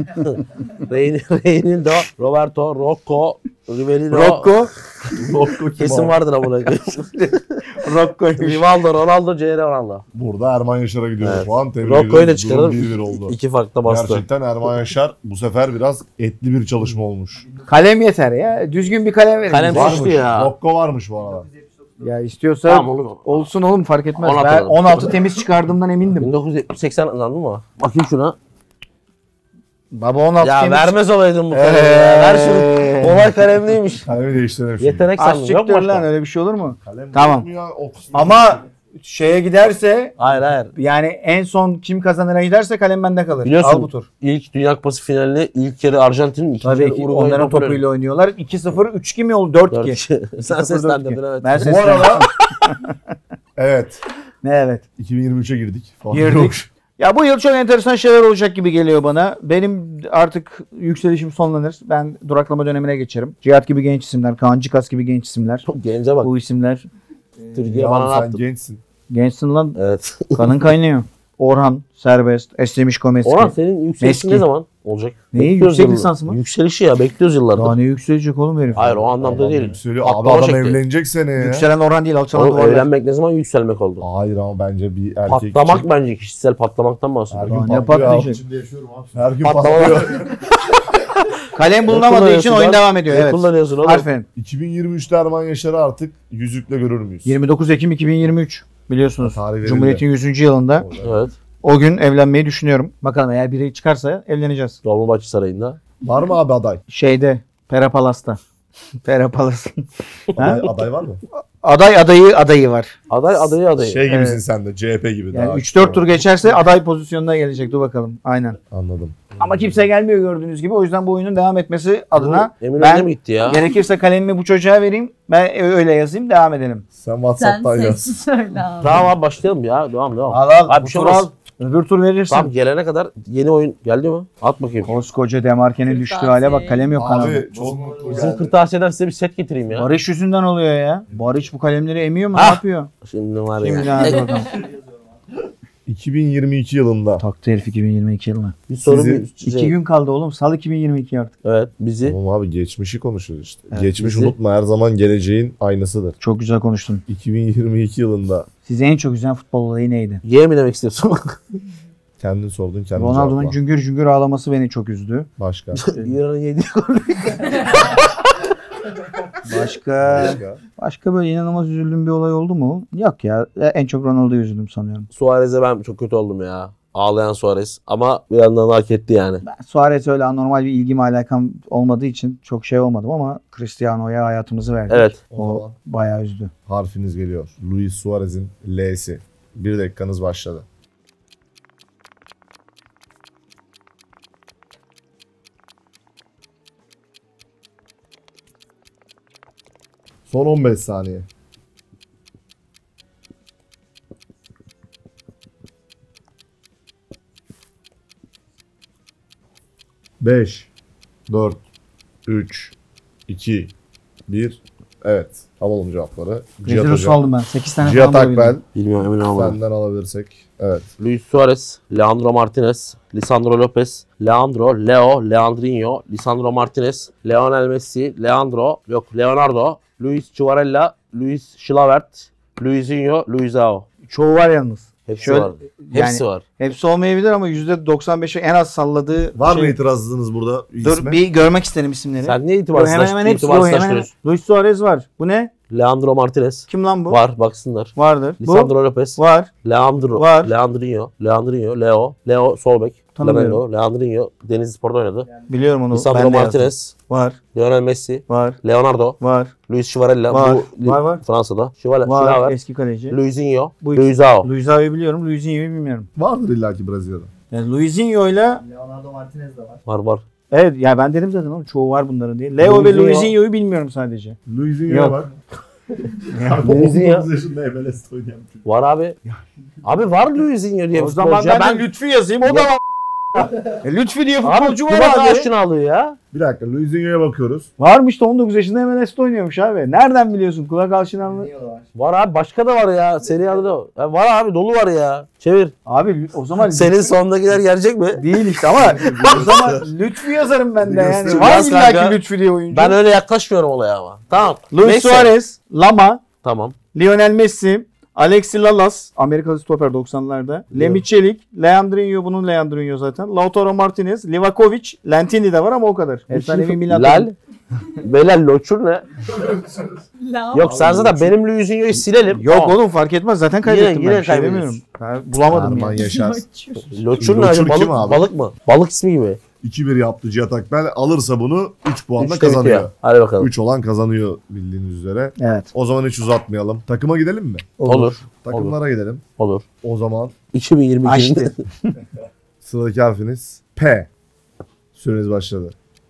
Reynildo, Roberto, Rocco, Rivelino.
Rocco,
Kesin vardır ama.
Rocco'ymuş.
Rivaldo, Ronaldo, C.R. Ronaldo.
Burada Erman Yaşar'a gidiyoruz
Evet.
şu an. Tebrik
Rocco'yu
ediyoruz.
da çıkaralım.
Durum 1-1 oldu.
2 farkla bastı.
Gerçekten Erman Yaşar bu sefer biraz etli bir çalışma olmuş.
Kalem yeter ya. Düzgün bir kalem verin.
Kalem
bize.
şişti ya.
Rocco varmış bu arada.
Ya istiyorsa
Tamam onu.
olsun oğlum, fark etmez.
16
Ben
alalım.
16 temiz çıkardığımdan emindim.
1980 anladın mı? Bakayım şuna.
Baba 16
Ya
temiz.
vermez olaydın bu kalemi ya. Ver şunu. Olay kalemliymiş.
Kalemi değiştirelim şimdi.
Yetenek
Az
sandım. Yok
çıktır
başka.
lan, öyle bir şey olur mu?
Kalem
Tamam.
yok mu ya? O kısmı-
Ama şeye giderse,
Hayır.
yani en son kim kazanır'a giderse kalem bende kalır.
Biliyorsun,
Al bu tur.
İlk Dünya Kupası finalini ilk yarı Arjantin'in, ikinci
Tabii
yarı
ki
Uruguay'ın
onların topuyla oynuyorlar. 2-0, 3-2 mi oldu? 4-2.
4-2. Sen
2-0,
seslendirdin
4-2.
evet.
Ben
Bu
seslendim.
arada evet.
Ne evet.
2023'e girdik. Falan
Girdik.
yok.
Ya bu yıl çok enteresan şeyler olacak gibi geliyor bana. Benim artık yükselişim sonlanır. Ben duraklama dönemine geçerim. Cihat gibi genç isimler, Kaan Cikas gibi genç isimler.
Çok gence bak.
Bu isimler
Türkiye bana
Ya
ne
sen
yaptı?
gençsin.
gençsin lan.
Evet.
Kanın kaynıyor. Orhan, Serbest, Eslemiş Komeski.
Orhan senin yükselişin
Meski.
ne zaman olacak?
Neyi?
Bekliyoruz
Yüksek
yıllar.
lisans mı?
Yükselişi ya bekliyoruz yıllardır.
Daha ne yükselecek oğlum herif?
Hayır o anlamda değil.
Söylüyor. Abi
Patlama
adam
şekli.
evlenecek sene ya.
Yükselen Orhan değil, alçalan
Oğlum
duvarlar.
evlenmek ne zaman yükselmek oldu?
Hayır ama bence bir erkek
Patlamak
için.
bence kişisel patlamaktan
Her
bahsediyorum.
gün
Daha ne
patlıyor abi.
patlayacak?
Her gün
Patlama.
patlıyor.
Kalem bulunamadığı için oyun devam ediyor.
Ne
Evet.
kullanıyorsun oğlum?
Aferin.
2023'te Erman Yaşar'ı artık yüzükle görür müyüz?
29 Ekim 2023 biliyorsunuz.
Tarih verildi.
Cumhuriyet'in 100. yılında.
Evet.
O gün evlenmeyi düşünüyorum. Bakalım eğer biri çıkarsa evleneceğiz.
Dolmabahçe Sarayı'nda.
Var mı abi aday?
Şeyde, Pera Palas'ta. Pera Palas.
Aday var mı?
adayı var.
Adayı.
Şey gibisin
Evet.
sen de CHP gibi.
Yani
daha
3-4 tur geçerse aday pozisyonuna gelecek. Dur bakalım. Aynen.
Anladım.
Ama kimse gelmiyor gördüğünüz gibi. O yüzden bu oyunun devam etmesi adına
Eminönü'ne mi
ben
gitti ya?
gerekirse kalemimi bu çocuğa vereyim. Ben öyle yazayım, devam edelim.
Sen
Sen
WhatsApp'tan yaz.
sessiz söyle abi.
Tamam abi başlayalım ya. Devam.
Al
Abi
bu
bir şey
tur
olmaz.
al. Öbür tur verirsin.
Tamam gelene kadar yeni oyun geldi mi? At bakayım.
Koskoca Demarke'nin düştüğü hale bak, kalem yok kanalda.
Abi çok mutlu
Bizim
geldi.
kırtasiyeden size bir set getireyim ya.
Barış yüzünden oluyor ya. Barış bu kalemleri emiyor mu?
Ha.
Ne yapıyor?
Şimdi var ya.
Şimdi hadi bakalım.
2022 yılında.
Taktı herif 2022 yılına.
Bir soru
Sizi-
bir
2 gün kaldı oğlum. Sal 2022 artık.
Evet bizi.
Tamam abi geçmişi konuşuyoruz işte.
Evet,
Geçmiş
bizi-
unutma her zaman geleceğin aynasıdır.
Çok güzel konuştun.
2022 yılında
Size en çok üzen futbol olayı neydi?
Y mi demek istiyorsun?
kendin sordun kendin
Ronaldo'nun
cevapla.
cüngür cüngür ağlaması beni çok üzdü.
Başka.
İran'ın yediği gol.
Başka böyle inanılmaz üzüldüğüm bir olay oldu mu? Yok ya. En çok Ronaldo'ya üzüldüm sanıyorum.
Suarez'e ben çok kötü oldum ya. Ağlayan Suarez. Ama bir yandan hak etti yani.
Ben Suarez öyle anormal bir ilgim alakam olmadığı için çok şey olmadım ama Cristiano'ya hayatımızı verdik.
Evet.
O bayağı üzdü.
Harfiniz geliyor. Luis Suarez'in L'si. 1 dakikanız başladı. Son 15 saniye. Beş, 4, 3, 2, 1. Evet. Alalım cevapları. Cihat
Rezil
Hocam.
aldım ben. 8 tane
Cihat
falan
Akbel.
bulabildim.
Bilmiyorum emin olamadım.
Senden alabilirsek. Evet.
Luis Suarez, Leandro Martinez, Lisandro Lopez, Leo, Leandrinho, Lisandro Martinez, Lionel Messi, Leonardo, Luis Chuvarella, Luis Chilavert, Luisinho, Luizao.
Çoğu var yalnız.
Hepsi
Şöyle-
var. Hepsi var.
Hepsi olmayabilir ama %95'i en az salladığı
Var mı
şey.
itirazınız burada?
Dur
isme?
bir görmek isterim isimleri.
Sen niye
Hemen hepsi. Luis Suarez var. Bu ne?
Leandro Martinez.
Kim lan bu?
Var baksınlar.
Vardır.
Lisandro Lopez.
Bu var.
Leandro.
Var.
Leandrinho. Leo sol bek.
Tanımıyorum.
Leandrinho Denizlispor'da oynadı.
Biliyorum onu.
Lisandro
Ben de yazdım.
Martinez.
Var.
Lionel Messi.
Var.
Leonardo.
Var.
Luis Chivarella.
Var.
Bu
Var.
Fransa'da.
Var.
Chilavert.
Eski kaleci.
Luisinho.
Bu
Luizao.
Luizao'yu biliyorum. Luizinho'yu bilmiyorum.
Vardır illaki Brezilya'da.
Yani Luizinho'yla
Var.
evet ya ben dedim zaten oğlum çoğu var bunların diye. Leo ve
Luizinho-
Luizinho'yu bilmiyorum sadece.
Luizinho'ya
Yok.
bak.
Luizinho.
19 yaşında MLS'de oynayan bir çocuk.
Var abi. Abi var Luisinho diye
O zaman
futbolcu.
ben de Lütfü yazayım o da var. Lütfü diye futbolcu var
Kulak
abi.
aşinalığı ya.
Bir dakika Luizinho'ya bakıyoruz.
Varmış da 19 yaşında MLS'de oynuyormuş abi. Nereden biliyorsun kulak aşinalığı?
Var abi başka da var ya. Seri adı da. Ya var abi dolu var ya. Çevir.
Abi o zaman
Senin sonundakiler gelecek mi?
değil işte ama o zaman Lütfü yazarım ben de yani.
Göster.
Var
Yaz
illa
kanka.
ki Lütfü diye oyuncu.
Ben öyle yaklaşmıyorum olaya ama. Tamam.
Luis
Neyse.
Suarez, Lama,
Tamam.
Lionel Messi, Alexis Lalas, Amerikalı stoper 90'larda. Lemmy Çelik, Leandrinho bunun Leandrinho zaten. Lautaro Martinez, Livakovic, Lentini de var ama o kadar. Efsanevi Milan.
Lal. Beyler Loçur ne? Yok sen zaten benim Luisinho'yu silelim.
Yok
Tamam.
oğlum fark etmez zaten kaybettim
Yine
ben. Bir şey
kaybediyorsun.
demiyorum. Ben bulamadım
Erman
yani.
Yaşar.
Loçur ne?
Loçur
Acaba
kim
balık,
abi?
balık mı? Balık ismi gibi.
2-1 yaptı Cihat Akbel. Alırsa bunu 3 puanla
Üçte bitiyor.
kazanıyor.
Hadi bakalım.
3 olan kazanıyor bildiğiniz üzere.
Evet.
O zaman hiç uzatmayalım. Takıma gidelim mi?
Olur.
Takımlara gidelim.
Olur.
O zaman
2022'de.
Açtı.
sıradaki harfiniz P. Süreniz başladı.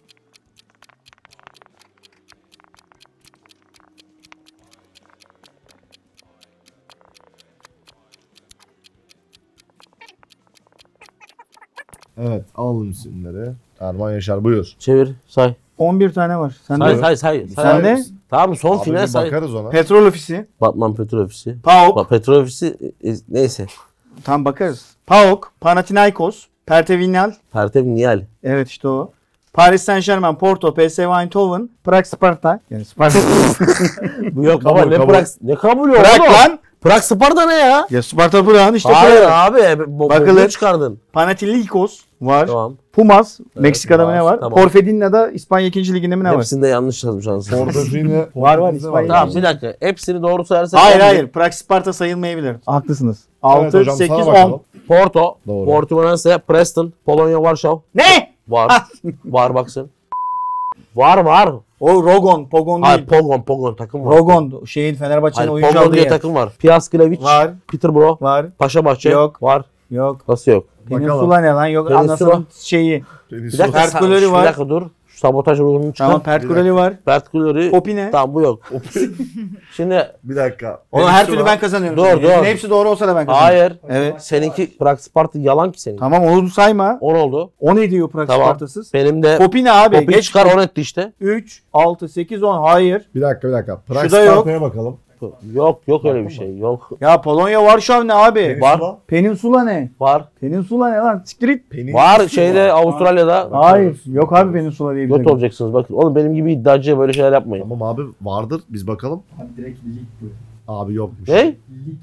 Evet alalım isimleri. Erman Yaşar buyur.
Çevir. Say.
11 tane var. Sen
Say
de
say say.
Sen de?
Tamam son
Abi
final
bir
say.
bakarız ona.
Petrol Ofisi,
Batman Petrol Ofisi.
PAOK,
Petrol Ofisi neyse.
tam bakarız. PAOK, Panathinaikos, Pertevinal,
Pertev Nihal.
evet işte o. Paris Saint-Germain, Porto, PSV Eindhoven, Prag Sparta. Yani Sparta.
Bu yok
Kabul,
baba ne
kabul.
Prag ne kabul yok
Prag
oğlum?
lan.
Prag Sparta ne ya?
Ya Sparta Prag'ın işte
Hayır
Prag.
abi.
Bakılır.
Bakılır. Çıkardın.
Panathinaikos var.
Tamam.
Pumas, Meksika'da mı ne var?
tamam.
Porfedina'da İspanya 2. Liginde mi ne var?
Hepsinde yanlış yazmış anasını.
Portofino.
Var, İspanya.
Tamam bir dakika. Hepsini doğru sayarsak.
Hayır
11.
hayır. Prag Sparta sayılmayabilir. Haklısınız.
Evet
6,
hocam,
8,
sana
10.
bakalım.
Porto,
Doğru.
Portimonense, Preston, Polonya, Varşova.
Ne?
Var. Var baksın. Var.
O Rogon, Pogon
Hayır
değil.
Pogon takım var.
Rogon şeyin Fenerbahçe'nin
Hayır
oyuncu
Pogon
aldığı
diye
yer.
takım var. Piaskelevic,
Var.
Peterborough,
Var.
Paşabahçe.
Yok.
Var.
Yok.
Nasıl yok?
Peninsula ne lan? Yok.
Peninsula.
Anasının şeyi.
Bir dakika.
Pertkulörü var.
Bir dakika dur. Şu sabotaj ruhunu çıkar.
Tamam Pertkulörü var.
Pertkulörü.
Popi ne?
Tamam bu yok. Şimdi
Bir dakika.
Oğlum her türlü ben kazanıyorum.
Doğru,
şimdi.
doğru.
Hepsi doğru olsa da ben kazanıyorum.
hayır.
Evet.
Seninki Prag Sparta yalan ki senin.
Tamam onu sayma.
10 oldu.
O ne diyor Prag
Tamam.
Spartasız?
Benim de
Popi ne abi?
Popi
Geç
çıkar 10 etti işte.
3, 6, 8, 10. Hayır.
Bir dakika. Prag
Şu da yok.
Sparta'ya bakalım.
Yok öyle bir şey. Yok.
Ya Polonya Varşova ne abi?
Var.
Peninsula ne?
Var.
Peninsula ne lan? Siktir it.
Var şeyde Avustralya'da.
Hayır. Yok abi Peninsula diye bir
Göt
takım.
olacaksınız bakın. Oğlum benim gibi iddiacıya böyle şeyler yapmayın.
Tamam abi vardır biz bakalım.
Abi direkt lig bu.
Abi yokmuş.
Ne?
Lig.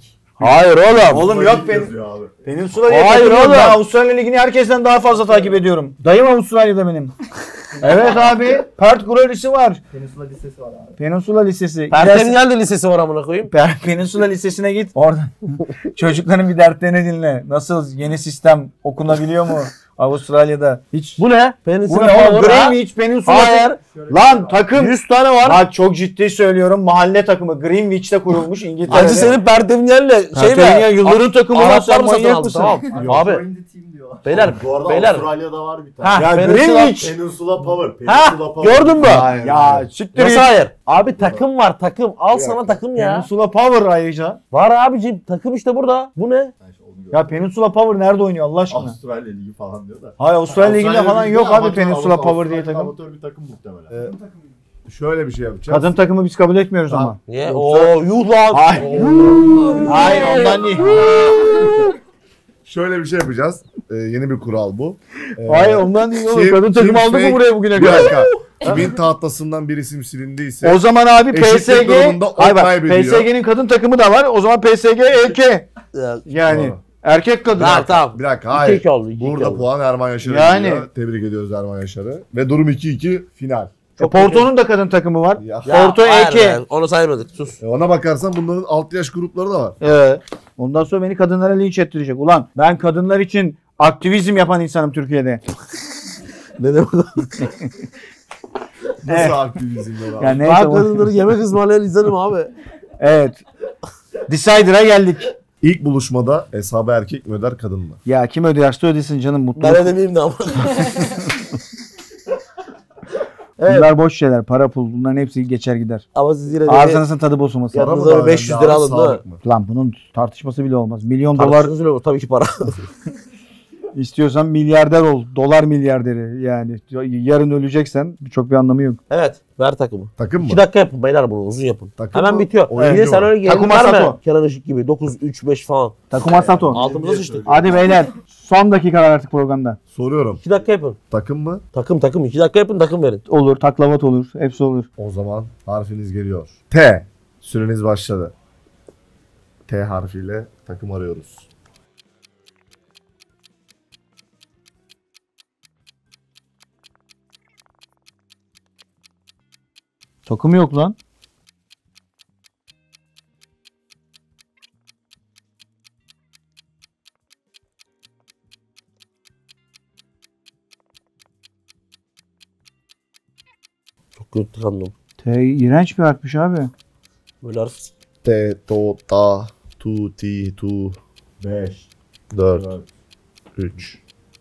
Hayır oğlum.
Oğlum yok
Lig
benim.
yazıyor abi.
Peninsula diye
Hayır
takılıyorum.
oğlum.
Ben Avustralya Ligi'ni herkesten daha fazla takip ediyorum. Dayım Avustralya'da benim. Evet abi. Perth Glory'si var.
Peninsula Lisesi var abi.
Peninsula Lisesi.
Pertemniyel de lisesi var amına koyayım.
Peninsula Lisesi'ne git. Orada çocukların bir dertlerini dinle. Nasıl yeni sistem okunabiliyor mu Avustralya'da? Hiç.
Bu ne?
Bu
Peninsula
ne oğlum?
Power ha?
Greenwich Peninsula.
Hayır.
Lan takım.
100 tane var.
Bak çok ciddi söylüyorum. Mahalle takımı Greenwich'te kurulmuş İngiltere'de.
Hacı senin Pertemniyel'le şey mi?
Pertemniyel yılların takımı lan,
Araplar
sen
mı satın
manyak
aldı?
mısın?
Tamam. Abi
Join the team diyor.
beyler
Bu arada
beyler.
Avustralya'da var bir tane.
Ha,
Ya
Peninsula-
Greenwich.
Peninsula Power.
Ha,
Peninsula Power.
gördün mü?
Aynen.
Ya siktir
Nasıl
git.
hayır? Abi takım var takım. Al sana takım ya.
Peninsula Power ayrıca.
Var abicim takım işte burada. Bu ne?
Ya Peninsula Power nerede oynuyor Allah aşkına?
Avustralya Ligi falan diyor da.
Hayır Avustralya Ligi'nde falan
Ligi'de
yok abi
amatör,
Peninsula
amatör,
Power diye
Avustralya
takım.
Amatör bir takım muhtemelen. Şöyle bir şey yapacağız.
Kadın takımı biz kabul etmiyoruz ama.
Niye?
Yoksa-
Oo yuh lan.
Hayır. Hayır ondan değil.
Şöyle bir şey yapacağız. Yeni bir kural bu.
Hayır ondan değil oğlum.
Kim-
Kadın takımı
kim
aldı mı
fake-
buraya bugüne
Bir
kadar?
dakika. Kimin tahtasından bir isim silindiyse
O zaman abi
Eşitlik
PSG,
durumunda o
hayır bak
kaybediyor.
PSG'nin kadın takımı da var. O zaman PSG EK. Yani
Doğru.
erkek kadın.
Ha tamam.
bir dakika hayır.
2-2 oldu, 2-2
Burada
oldu.
puan Erman Yaşar'a
Yani.
gidiyor. Tebrik ediyoruz Erman Yaşar'ı. Ve durum 2-2 final.
Porto'nun da kadın takımı var.
Ya.
Ya,
Porto
hayır
EK.
be, onu saymadık sus.
Ona bakarsan bunların 6 yaş grupları da var.
Evet. Ondan sonra beni kadınlara linç ettirecek. Ulan ben kadınlar için aktivizm yapan insanım Türkiye'de.
Ne demek?
Nasıl aktivizmler abi?
Yani neyse.
Ben kadınları yemek ısmarlayan izledim abi.
Evet. Decider'a geldik.
İlk buluşmada hesabı erkek mi öder kadın mı?
Ya kim öderse ödesin canım
Ben
mutluluk.
ödemeyeyim de ama.
Bunlar boş şeyler. Para pul. Bunların hepsi geçer gider.
Ama siz yine de
Ağzınızın tadı bozulmasın.
Ya-
Para mı
Yanınıza
daha
500
önemli
lira
abi,
alın değil mi?
sağlık mı?
Lan bunun tartışması bile olmaz. Milyon dolar
dolar tabii ki para.
istiyorsan milyarder ol. Dolar milyarderi yani. Yarın öleceksen çok bir anlamı yok.
Evet. Ver takımı.
Takım mı?
2 dakika yapın beyler bunu uzun yapın.
Takım
Hemen
mı?
bitiyor.
Oyuncu
Yine sen
mu?
öyle
Takuma
gelin verme.
Sato.
Kenan Işık gibi 9, 3, 5 falan.
Takuma Sato.
Altımıza sıçtık.
Hadi beyler. Son dakikalar artık programda.
Soruyorum.
2 dakika yapın.
Takım mı?
Takım 2 dakika yapın takım verin.
Olur. Taklavat olur. Hepsi olur.
O zaman harfiniz geliyor. T. Süreniz başladı. T harfiyle takım arıyoruz.
Takım yok lan.
Çok kötü tıkandım.
T iğrenç bir harfmiş abi.
Böyle harf.
T, to, ta, tu, ti, tu. 5, 4, 3.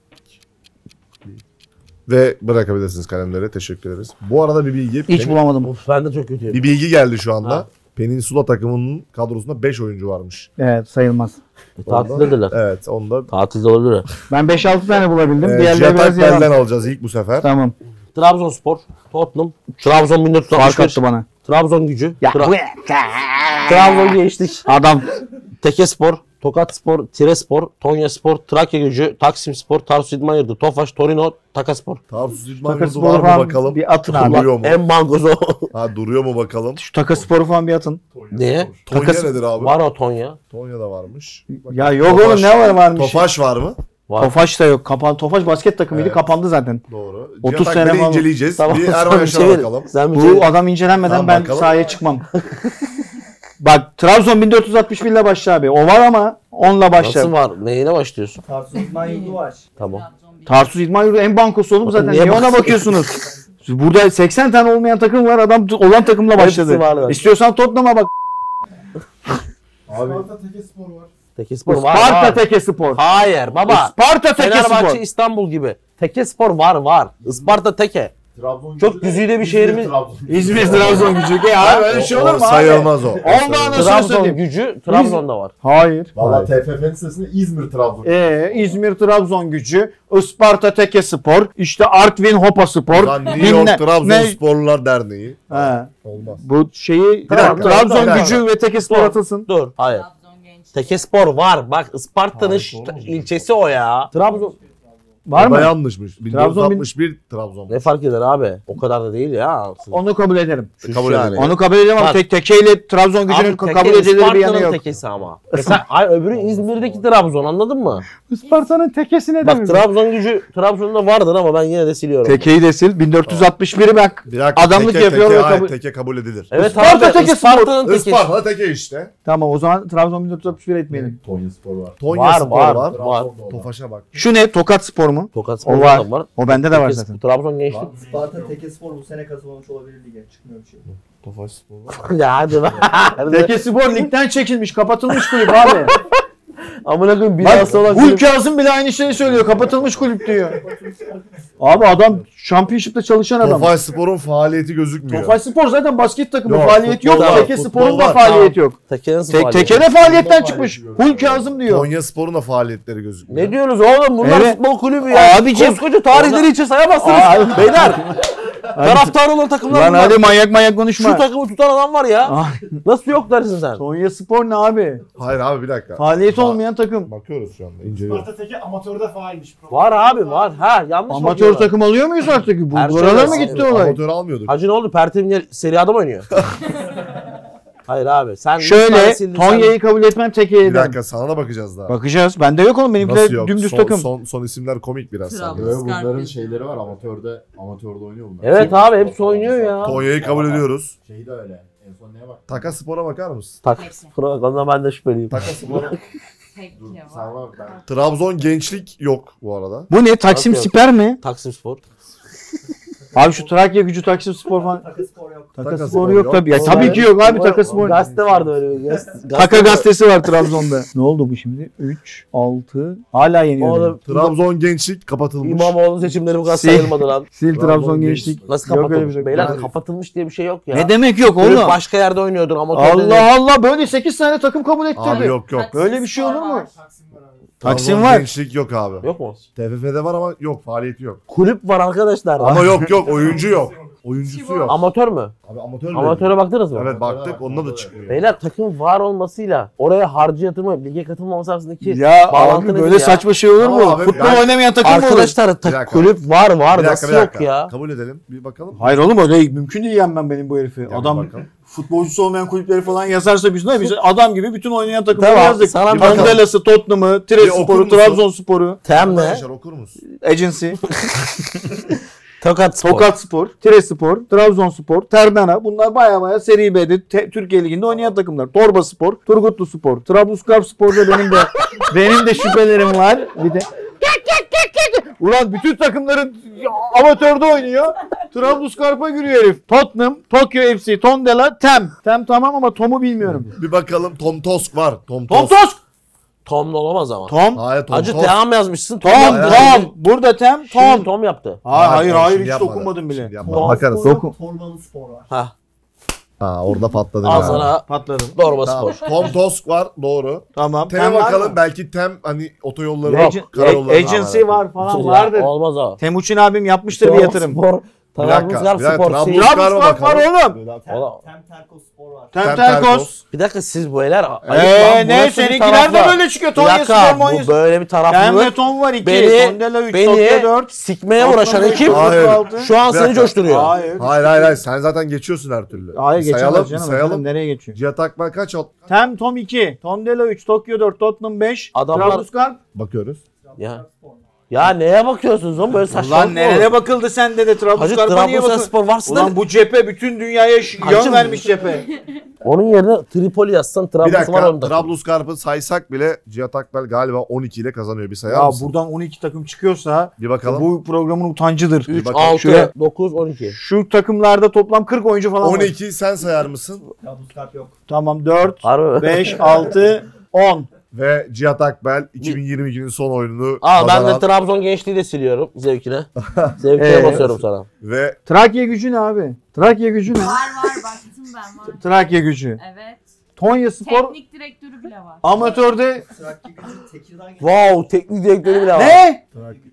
Ve bırakabilirsiniz kalemleri. Teşekkür ederiz. Bu arada bir bilgi.
Hiç bulamadım.
Of ben de çok kötüyüm.
Bir bilgi geldi şu anda.
Ha.
Peninsula takımının kadrosunda 5 oyuncu varmış.
Evet sayılmaz.
Tatildedirler.
Evet onda.
Tatilde olabilir.
Ben 5-6 tane bulabildim. Diğerleri
Cihat
biraz yalan.
Alper'den alacağız ilk bu sefer.
Tamam.
Trabzonspor, Tottenham, Trabzon
Fark
1465,
attı bana.
Trabzon gücü,
Ya
Trabzon geçtik.
adam
Tekespor, Tokatspor, Tirespor, Tonyaspor, Trakya gücü, Taksimspor, Tarsus İdman Yurdu, Tofaş, Torino, Takaspor.
Tarsus İdman Yurdu
Takaspor'u
var mı
falan
bakalım?
bir atın abi.
Duruyor mu?
En mangozu.
Ha duruyor mu bakalım?
Şu Takaspor'u falan bir atın.
Niye?
Tonya nedir abi?
Var o Tonya.
Tonya da varmış.
Ya yok oğlum ne var varmış.
Tofaş var mı?
Var.
Tofaş da yok. Tofaş basket takımıydı.
Evet.
Kapandı zaten.
Doğru.
30
Cihat
sene
Alper'i
falan.
inceleyeceğiz.
Tamam,
Bir
sen
Erman
bir
Yaşar'a
şey-
bakalım.
Sen bir
Bu
şey...
adam incelenmeden
Tamam,
ben
bakalım.
sahaya çıkmam. Bak Trabzon 1461 ile başla abi. O var ama onunla başla.
Nasıl var? Neyine başlıyorsun?
Tarsus İdman Yurdu var.
Tamam.
Tarsus İdman Yurdu en bankosu oğlum zaten.
Niye
Niye ona
bakıyorsun?
bakıyorsunuz? Burada 80 tane olmayan takım var. Adam olan takımla başladı.
Hepsi var bak.
İstiyorsan Tottenham'a bak.
Abi
Tekespor var.
Sparta
var.
Tekespor.
Hayır baba.
Sparta
Fenerbahçe
Tekespor.
İstanbul gibi. Tekespor var. Isparta Teke. Çok güzide bir şehrimiz.
İzmir Trabzon gücü. Ya abi öyle bir şey olur mu abi?
sayılmaz o.
Olma anasını
Trabzon
satayım.
gücü Trabzon'da var.
Hayır.
Valla TFF'nin sitesinde İzmir Trabzon.
İzmir Trabzon gücü, Isparta Tekespor, işte Artvin Hopaspor.
Lan New York Trabzonsporlular Derneği.
He.
Olmaz.
Bu şeyi
dakika,
Trabzon
bir dakika.
gücü ve Tekespor atılsın.
Dur. Hayır.
Trabzon genç.
Tekespor var. Bak Isparta'nın ilçesi o ya. Trabzon.
Var
O da
mı?
yanlışmış.
Trabzon
1961 Trabzon.
Ne fark eder abi? O kadar da değil ya.
Onu kabul ederim.
Kabul
yani.
edelim.
Onu kabul ederim ama
Bak.
tekeyle Trabzon gücünün
Abi teke
kabul edilir bir yanı
Isparta'nın
yok.
tekesi ama. Mesela ay öbürü İzmir'deki Trabzon, anladın mı?
Isparta'nın tekesi ne
Bak
demek?
Trabzon gücü Trabzon'da vardır ama ben yine de siliyorum.
Tekeyi de sil. 1461'i bak.
Bir dakika,
Adamlık yapıyor ve kabul-
teke kabul edilir.
Evet
Isparta
abi
tekesi
Isparta'nın tekesi.
Isparta teke işte.
Tamam o zaman Trabzon 1461 etmeyelim.
Tonya Spor var.
Tonya
Var,
Spor
var,
var.
var.
Tofaş'a bak.
Şu ne? Tokat Spor mu?
Tokat
O
Spor'da
var.
da var.
O bende de var
Tekesi-
zaten.
Trabzon gençlik.
Sparta Tekespor bu sene kazanmış olabilir lige. Çıkmıyor bir şey.
Tofaş Spor var.
Ya hadi be.
Teke Spor ligden çekilmiş. Kapatılmış kulüp abi.
Amına koyayım
Bak
binası olan
Hulk Kazım bile aynı şeyi söylüyor. Kapatılmış kulüp diyor. Abi adam Championship'te çalışan adam.
Tofaş Spor'un faaliyeti gözükmüyor.
Tofaş Spor zaten basket takımı.
Yok,
Faaliyet yok.
futbol var,
Teke
futbol
Spor'un da
var.
faaliyet yok.
Teke nasıl faaliyet?
Teke de faaliyetten çıkmış. Hulk Kazım diyor.
Tonya Spor'un da faaliyetleri gözükmüyor.
Ne diyorsunuz oğlum? Bunlar
Evet.
futbol kulübü ya.
Abicim.
Koskoca tarihleri içe sayamazsınız. Beyler. Taraftar olan takımlar
Lan
bunlar.
hadi manyak konuşma.
Şu takımı tutan adam var ya.
Ah,
Nasıl yok dersin sen?
Tonya Spor ne abi?
Hayır abi bir dakika.
Faaliyet olmayan takım.
Bakıyoruz şu anda. İnceliyoruz.
Sparta Teke amatörde faalmiş.
Var abi var. Ha yanlış
Amatör
bakıyorlar.
takım alıyor muyuz artık? Bu
Her şey
buralara mı
var.
gitti olay?
Amatör almıyorduk.
Hacı ne oldu? Pertemniye Serie A'da mı oynuyor? Hayır abi. Sen bir
Şöyle
tane sildin,
Tonya'yı kabul etmem Teke'ye
Bir
ederim.
dakika sana da bakacağız daha.
Bakacağız. Bende yok oğlum. Benimkiler
Nasıl yok?
dümdüz
son,
takım.
son isimler komik biraz sanki.
Trabzon.
Bunların şeyleri var amatörde oynuyor bunlar.
Evet abi hepsi oynuyor ya.
Tonya'yı kabul ediyoruz.
Şeyi de öyle. En son neye bak?
Taka Spor'a bakar mısın?
Tak. Bırak ondan ben de şüpheliyim.
Taka Spor'a.
Tekke
Sen
var.
bak ben.
Trabzon Gençlik yok bu arada.
Bu ne? Taksim
Yok.
Siper mi?
Taksim Spor.
Abi şu Trakya Gücü Taksim Spor falan.
Taka Spor yok.
Taka
Taka
Spor
Spor
yok
yok.
tabii. Ya,
O
tabii
var.
ki yok abi
O
Taka
var.
Spor.
Gazete vardı öyle bir
Taka gazetesi var Trabzon'da. Ne oldu bu şimdi? 3, 6. Hala yeniyor.
Oğlum
Trabzon Gençlik kapatılmış.
İmamoğlu seçimleri bu kadar
Sil.
sayılmadı lan.
Sil Trabzon
Trabzon
Gençlik.
Nasıl
Yok öyle bir
kapatılmış?
şey.
Beyler
Yani-
kapatılmış diye bir şey yok ya.
Ne demek yok
Kulüp
oğlum?
başka yerde oynuyordur amatörde değil.
Allah Allah böyle 8 tane takım kabul
Abi
ettirdi.
yok yok.
Böyle bir şey olur mu?
Taksim var abi.
Taksim
Trabzon
var.
Gençlik yok abi.
Yok mu?
TFF'de var ama yok faaliyeti yok.
Kulüp var arkadaşlar.
Ama yok oyuncu yok. Oyuncusu yok.
Amatör mü?
Abi amatör mü?
Amatöre baktınız mı?
Evet baktık onda da çıkmıyor.
Beyler takım var olmasıyla oraya harcı yatırma, lige katılmaması arasındaki
Ya
bağlantı
abi
nedir
böyle
ya?
saçma şey olur mu?
Tamam abi,
Futbol
ben-
oynamayan takım mı olur?
Arkadaşlar
Bir dakika.
kulüp var
Bir
nasıl
dakika,
yok ya?
Kabul edelim. Bir bakalım.
Hayır oğlum öyle mümkün değil yenmem benim bu herifi.
Yani
Adam
bakalım.
futbolcusu olmayan kulüpleri falan yazarsa biz ne? Biz adam gibi bütün oynayan takımları
Tamam,
yazdık.
sana
bir bakalım.
Mondela'sı, Tottenham'ı,
Bir okur
Trespor'u,
musun?
Trabzonspor'u,
Tem ne?
Arkadaşlar okur musun?
Agency,
Tokat Spor.
Tokatspor, Tirespor, Trabzonspor, Terdana. Bunlar baya Seri B'de Türkiye Ligi'nde oynayan takımlar. Torbaspor, Turgutluspor, Trablusgarpspor'da benim de şüphelerim var. Bir de ulan bütün takımların amatörde oynuyor. Trablusgarp'a giriyor herif. Tottenham, Tokyo FC, Tondela, Tem. Tem tamam ama Tom'u bilmiyorum.
Bir bakalım Tom Tosk var. Tom
Tom
Tosk.
Tosk.
Tom da olamaz ama.
Tom.
Hayır Tom
Acı
Tosk.
Team yazmışsın.
Tom.
Hayır.
Burada Tem.
Tom.
Tom.
Tom yaptı.
Hayır
Tom
hayır
şimdi
hiç
yapmadı.
dokunmadım bile.
Şimdi yapmadı.
Tom
Bakarız.
Dokun.
Torbalı Spor var.
Ha.
Ha orada patladı.
Al
ya.
sana
Patladım.
Dorba
Tamam.
Spor.
Tom Tosk var doğru.
Tamam.
Tem'e
Tem var
bakalım
mı?
belki Tem hani otoyolları
Ag- Agency var falan vardır.
Olmaz o.
Temuçin abim yapmıştır bir yatırım.
Spor.
Bir dakika,
Trabzonspor
bir dakika,
Spor.
Trabzonspor-
Trabzonspor var oğlum.
Ola-
Tem Terko Spor var.
Tem
Terkos.
Terkos.
Bir dakika siz böyle ayıp lan,
Ne
burası bir
seninkiler de
tarafla.
böyle çıkıyor.
Bir
Tonya
dakika
Spor, Monya
bu böyle bir
Tem
taraflılık.
ve Tom var 2.
Beni,
Tondela 3. Tokyo
beni
4.
sikmeye uğraşan ekip
Hayır.
şu an
Bir
seni
dakika.
coşturuyor.
Hayır.
Hayır sen zaten geçiyorsun her türlü.
Hayır geçemez
sayalım,
canım.
sayalım.
Efendim, nereye geçiyor?
Cihat Akbel kaç at?
Tem Tom 2. Tondela 3. Tokyo 4. Tottenham 5.
Adamlar-
Trablusgarp.
Bakıyoruz.
Ya. Ya neye bakıyorsunuz oğlum böyle saçmalık
Ulan
mı
nereye
olur?
bakıldı sende de
Hacı
Trablusgarp'a niye bakıldı?
Trabzonspor varsın da
Ulan bu cephe bütün dünyaya yön
Hacım-
vermiş cephe.
onun yerine Tripoli yazsan
Bir
Trabzonspor var
dakika
onda.
Trablusgarp'ı saysak bile Cihat Akbel galiba 12 ile kazanıyor. Bir sayar
Ya
mısın?
buradan 12 takım çıkıyorsa
Bir bakalım.
bu programın utancıdır.
3,
bakalım.
6,
Şuraya-
9, 12.
Şu takımlarda toplam 40 oyuncu falan var.
12 sen sayar mısın?
Trablusgarp yok.
Tamam 4,
Harbi mi?
5, 6, 10.
Ve Cihat Akbel 2022'nin son oyununu
Aa ben
kazanan
de Trabzon gençliği de siliyorum zevkine. Zevkine basıyorum sana.
ve
Trakya gücü ne abi? Trakya gücü ne?
Var baktım ben var.
Trakya gücü.
Evet.
Tonya Spor
Teknik direktörü bile var.
amatörde
Trakya gücü Tekirdağ geçti.
Wow teknik direktörü bile var.
ne?
Trakya gücü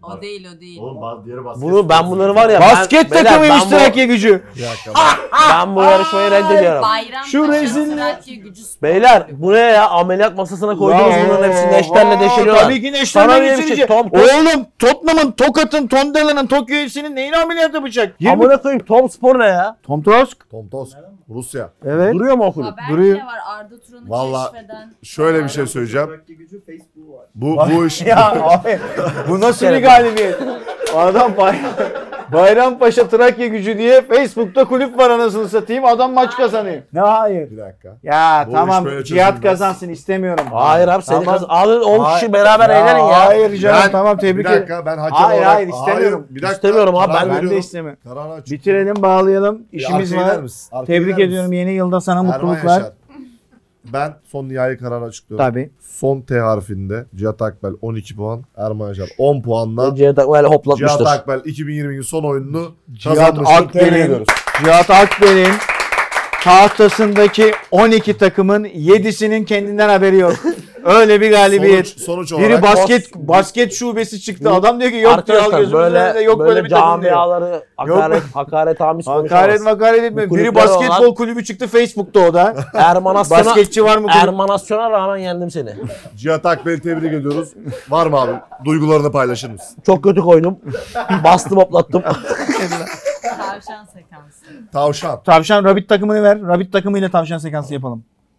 O değil o değil.
Oğlum diğeri basket.
Ben bunları var ya.
Basket
beyler,
takımıymış
ben bu-
Trakya Gücü.
Bir dakika.
Ben bu yarışmayı reddediyorum.
Bayram
Şu rezillik.
Trakya Gücü Spor
Beyler bu ne ya? Ameliyat masasına koydunuz bunların hepsini neşterle deşiriyorlar.
Tabii ki
Sana
neşterle
bir şey,
geçirecek.
Tom-
Oğlum Tottenham'ın, Tokat'ın, Tondela'nın, Tokyo FC'nin neyini ameliyat yapacak?
Amına koyayım Tom Spor ne ya?
Tom Tosk.
Tom Tosk. Rusya.
Evet.
Duruyor mu o kulüp?
Haber
Duruyor.
bile var Arda Turan'ı
Vallahi
keşfeden.
Şöyle bir şey söyleyeceğim.
Trakya Gücü Facebook'u var.
Bu iş
Ya abi bu nasıl bir galibiyet? Adam Bayrampaşa Trakya Gücü diye Facebook'ta kulüp var anasını satayım. Adam maç kazanıyor. Ne hayır?
bir dakika.
Ya
Bu
tamam
iş böyle
Cihat
çözülmez.
kazansın istemiyorum.
Hayır abi seni
Tamam.
alın 10 kişi
Hayır.
beraber eğlenin ya.
Hayır canım tamam tebrik
Bir
ederim.
dakika ben hakem
Hayır,
olarak...
hayır, istemiyorum.
Bir dakika.
İstemiyorum abi,
karar
ben
Ben de
veriyorum.
istemiyorum.
Kararı açık.
Bitirelim bağlayalım. İşimiz
Arkaya gider
var.
misin? Arkaya
Tebrik
gider
ediyorum
misin?
yeni yılda sana
Erman
mutluluklar.
Yaşar. Ben son nihai kararı açıklıyorum.
Tabii.
Son T harfinde Cihat Akbel 12 puan, Erman Yaşar 10 puanla
Cihat Akbel hoplatmıştır.
Cihat Akbel 2020'nin son oyununu
Cihat
kazanmıştır. Tebrik
Akbel'in
ediyoruz.
Cihat Akbel'in tahtasındaki 12 takımın 7'sinin kendinden haberi yok. Öyle bir galibiyet.
Sonuç
Biri
olarak
basket şubesi çıktı. Adam diyor ki yok
Arkadaşlar
kral gözümüzün önünde yok böyle bir takım diyor.
camiaları hakaret amis
Hakaret makaret etmiyor.
Bu
Biri
kulüpler
basketbol
olan-
kulübü çıktı Facebook'ta o da.
Ermanasyon'a
Basketçi var mı kulüp?
Ermanasyon'a rağmen yendim seni.
Cihat Akbel'i tebrik ediyoruz. Var mı abi? Duygularını paylaşır mısın?
Çok kötü koydum. Bastım hoplattım.
Tavşan sekansı.
Tavşan.
Tavşan Rabbit takımını ver. Rabbit takımıyla tavşan sekansı yapalım.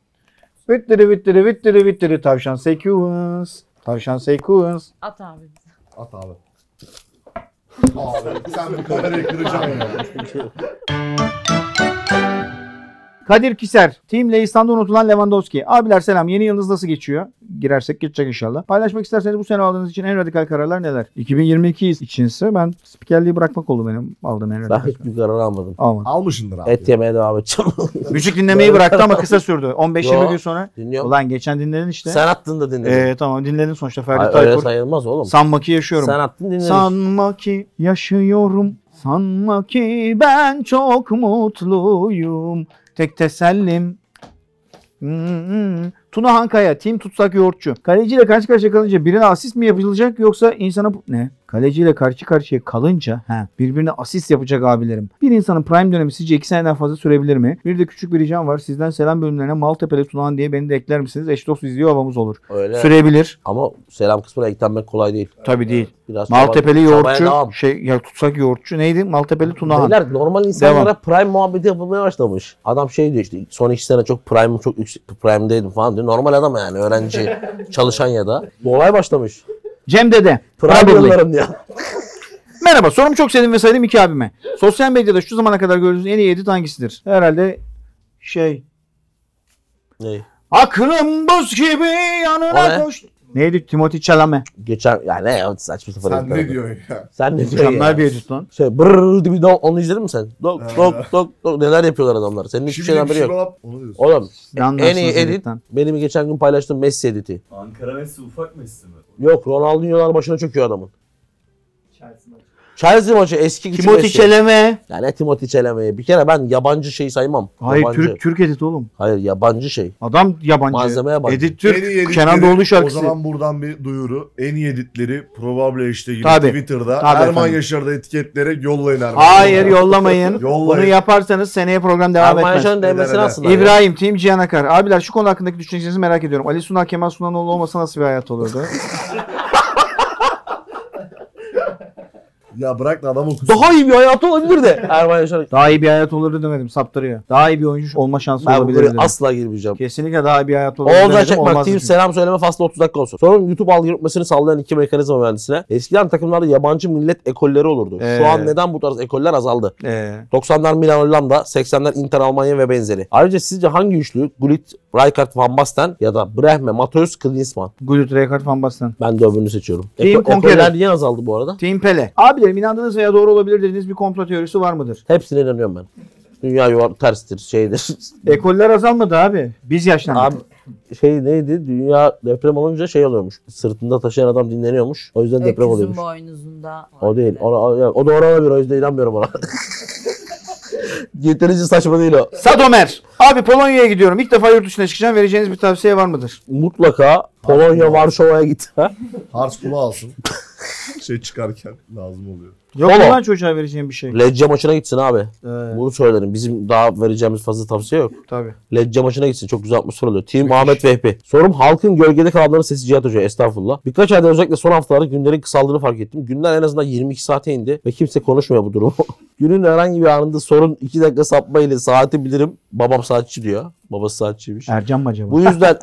Vittiri tavşan sekans. Tavşan sekans.
At abi.
At abi. Abi sen bu kamerayı kıracaksın ya.
Kadir Kiser. Team Leistan'da unutulan Lewandowski. Abiler selam. Yeni yılınız nasıl geçiyor? Girersek geçecek inşallah. Paylaşmak isterseniz bu sene aldığınız için en radikal kararlar neler? 2022 içinse ben spikerliği bırakmak oldu benim aldığım en
Ben
radikal karar.
hiçbir karar almadım.
Almadım.
Almışındır abi.
Et yemeye devam edeceğim.
Müzik dinlemeyi bıraktı ama kısa sürdü. 15-20
Yo,
gün sonra.
Dinliyorum.
Ulan geçen dinledin işte.
Sen attın da dinledim.
Tamam dinledin sonuçta Ferdi
Hayır, öyle
Tayfur.
sayılmaz oğlum.
Sanma ki yaşıyorum.
Sen attın dinledim.
Sanma ki yaşıyorum. Sanma ki ben çok mutluyum. Tek tesellim. Tuna Hankaya, Team Tutsak Yoğurtçu. Kaleciyle karşı karşıya kalınca birine asist mi yapılacak yoksa insana... Ne? Kaleciyle karşı karşıya kalınca birbirine asist yapacak abilerim. Bir insanın prime dönemi sizce 2 seneden fazla sürebilir mi? Bir de küçük bir ricam var. Sizden selam bölümlerine Maltepe'li Tunahan diye beni de ekler misiniz? Eş dost izliyor havamız olur.
Öyle.
Sürebilir.
Ama selam kısmına eklenmek kolay değil.
Tabii değil.
Biraz
Maltepe'li
çabaya
yoğurtçu,
devam.
Tutsak yoğurtçu neydi? Maltepe'li Tunahan.
Beyler normal insanlara prime muhabbeti yapılmaya başlamış. Adam şey diyor işte son 2 sene çok yüksek prime'deydim falan diyor. Normal adam yani öğrenci, çalışan ya da. Bu olay başlamış.
Cem Dede.
Prime
Probably.
yıllarım ya.
Merhaba, sorumu çok sevdim ve saydım 2 abime. Sosyal medyada şu zamana kadar gördüğünüz en iyi edit hangisidir? Herhalde
Ne?
aklım buz gibi
O
yanına
ne?
koş. Neydi? Timothy Chalamet.
Geçen ya ne ya saçma sapan.
Sen
editler.
ne diyorsun ya?
Sen ne diyorsun
Mükemmel
ya?
bir edit lan.
Şey brrrr gibi onu izledin mi sen? Dok neler yapıyorlar adamlar. Senin hiçbir şeyden haberi yok.
Onu diyorsun.
Oğlum
Yanlarsınız
en iyi edit
editten.
benim geçen gün paylaştığım Messi editi.
Ankara Messi ufak Messi mi?
Yok Ronaldinho'lar başına çöküyor adamın.
Chelsea maçı.
Chelsea maçı eski küçük
Timothy
Messi.
Chalamet.
Yani Timothy Chalamet'i. Bir kere ben yabancı şey saymam.
Hayır,
Yabancı.
Türk edit oğlum.
Hayır yabancı şey.
Adam yabancı.
Malzeme yabancı.
Edit
En iyi
Türk.
editleri,
Kenan Doğulu şarkısı.
O zaman buradan bir duyuru. En iyi editleri Probable gibi
Tabii.
Twitter'da
Tabii
Erman
efendim.
Yaşar'da etiketleyerek yollayın Erman.
Hayır yollamayın.
Yollayın.
Bunu yaparsanız seneye program devam
Erman
etmez.
Yaşar'ın DM'sini
Eder,
aslında. ya.
İbrahim, Team Cihan Akar. Abiler şu konu hakkındaki düşüncelerinizi merak ediyorum. Ali Sunal, Kemal Sunaloğlu olmasa nasıl bir hayat olurdu?
Ya bırak da adam okusun.
Daha iyi bir hayatı olabilir de. Erman Yaşar.
Daha iyi bir hayat olurdu demedim, saptırıyor. Daha iyi bir oyuncu olma şansı
Ben
olabilir
buraya
dedim.
asla girmeyeceğim.
Kesinlikle daha iyi bir hayat olabilir
Oğuz
demedim.
Çakmak
Olmaz
Team
çünkü.
selam söyleme faslı 30 dakika olsun. Sonra YouTube algoritmasını sağlayan iki mekanizma mühendisine. Eskiden takımlarda yabancı millet ekolleri olurdu. Şu an neden bu tarz ekoller azaldı? 90'lar Milan Hollanda, 80'ler Inter Almanya ve benzeri. Ayrıca sizce hangi üçlü Gullit, Rijkaard, Van Basten ya da Brehme, Matthäus, Klinsmann?
Gullit, Rijkaard, Van Basten.
Ben de öbürünü seçiyorum.
Team Conqueror.
Ekoller niye azaldı bu arada?
Team Pele. Abilerim inandığınız veya doğru olabilir dediğiniz bir komplo teorisi var mıdır?
Hepsine inanıyorum ben. Dünya terstir, şeydir.
Ekoller azalmadı abi. Biz yaşlandık.
Abi şey neydi? Dünya deprem olunca şey oluyormuş. Sırtında taşıyan adam dinleniyormuş. O yüzden deprem
Öküzün
oluyormuş.
boynuzunda.
O değil. O doğru olabilir. O yüzden inanmıyorum ona. Yeterince saçma değil o.
Sadomer. Abi Polonya'ya gidiyorum. İlk defa yurt dışına çıkacağım. Vereceğiniz bir tavsiye var mıdır?
Mutlaka Polonya, Varşova'ya git.
Hars kulağı alsın. şey çıkarken lazım oluyor.
Yok mu
Oğlum.
lan çocuğa vereceğim bir şey?
Lecce maçına gitsin abi.
Evet,
Bunu söylerim. Bizim daha vereceğimiz fazla tavsiye yok.
tabii.
Lecce maçına gitsin. Çok güzel atmosfer oluyor. Team Ahmet Vehbi. Sorum halkın gölgede kalanların sesi Cihat Hoca. Estağfurullah. Birkaç ayda özellikle son haftalarda günlerin kısaldığını fark ettim. Günler en azından 22 saate indi ve kimse konuşmuyor bu durumu. Günün herhangi bir anında sorun 2 dakika sapma ile saati bilirim. Babam saatçi diyor. Babası saatçiymiş.
Ercan mı acaba?
Bu yüzden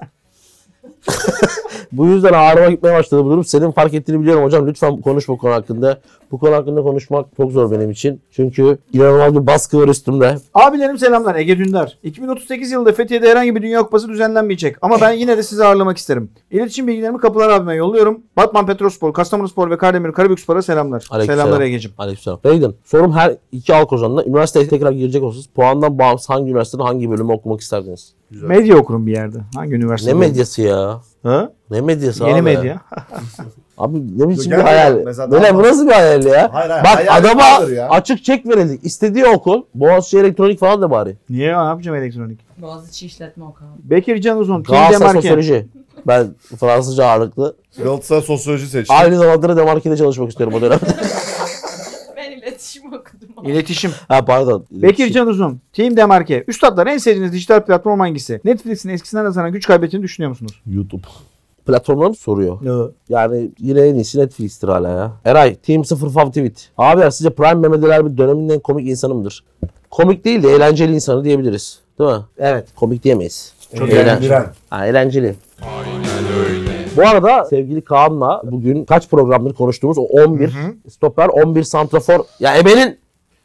bu yüzden ağrıma gitmeye başladı bu durum. Senin fark ettiğini biliyorum hocam. Lütfen konuş bu konu hakkında. Bu konu hakkında konuşmak çok zor benim için. Çünkü inanılmaz bir baskı var üstümde.
Abilerim selamlar. Ege Dündar. 2038 yılında Fethiye'de herhangi bir Dünya Kupası düzenlenmeyecek. Ama ben yine de sizi ağırlamak isterim. İletişim bilgilerimi Kapılar abime yolluyorum. Batman Petrospor, Kastamonuspor ve Kardemir Karabükspor'a selamlar.
Aleykümselam.
Selamlar Ege'cim.
Aleykümselam. Beyden, sorum her iki halk ozanına üniversiteye tekrar girecek olsanız puandan bağımsız hangi üniversitede hangi bölümü okumak isterdiniz?
Medya okurum bir yerde. Hangi üniversite?
Ne medyası ya?
Ha?
Ne medyası
Yeni
abi?
medya.
Abi ne biçim bir
Yok,
hayal?
mesela
Böyle
daha
bu nasıl bir hayal ya?
Hayır,
Bak
hayal
adama
vardır ya.
açık çek verildik. İstediği okul. Boğaziçi Elektronik falan da bari.
Niye? Ne yapacağım elektronik?
Boğaziçi işletme oku abi.
Bekir Can Uzun. Team
Galatasaray
Demarke.
Sosyoloji. Ben Fransızca ağırlıklı.
Galatasaray sosyoloji seçti.
Aynı zamanda da Demarke'de çalışmak istiyorum o dönemde.
Ben iletişim okudum abi.
İletişim.
Ha pardon.
Bekir Can Uzun. Team Demarke. Üstadlar en sevdiğiniz dijital platform hangisi? Netflix'in eskisinden nazaran güç kaybettiğini düşünüyor musunuz?
YouTube. Platformları mı soruyor?
No.
Yani yine en iyisi Netflix'tir hala ya. Eray, Team 0 Fav Tweet. Abi sizce Prime Mehmet bir dönemin en komik insanı mıdır? Komik değil de eğlenceli insanı diyebiliriz. Değil mi?
Evet.
Komik diyemeyiz.
Çok
Eğlen-
eğlendiren.
Ha, eğlenceli. Bu arada sevgili Kaan'la bugün kaç programdır konuştuğumuz o 11 stoper, 11 santrafor. Ya ebenin...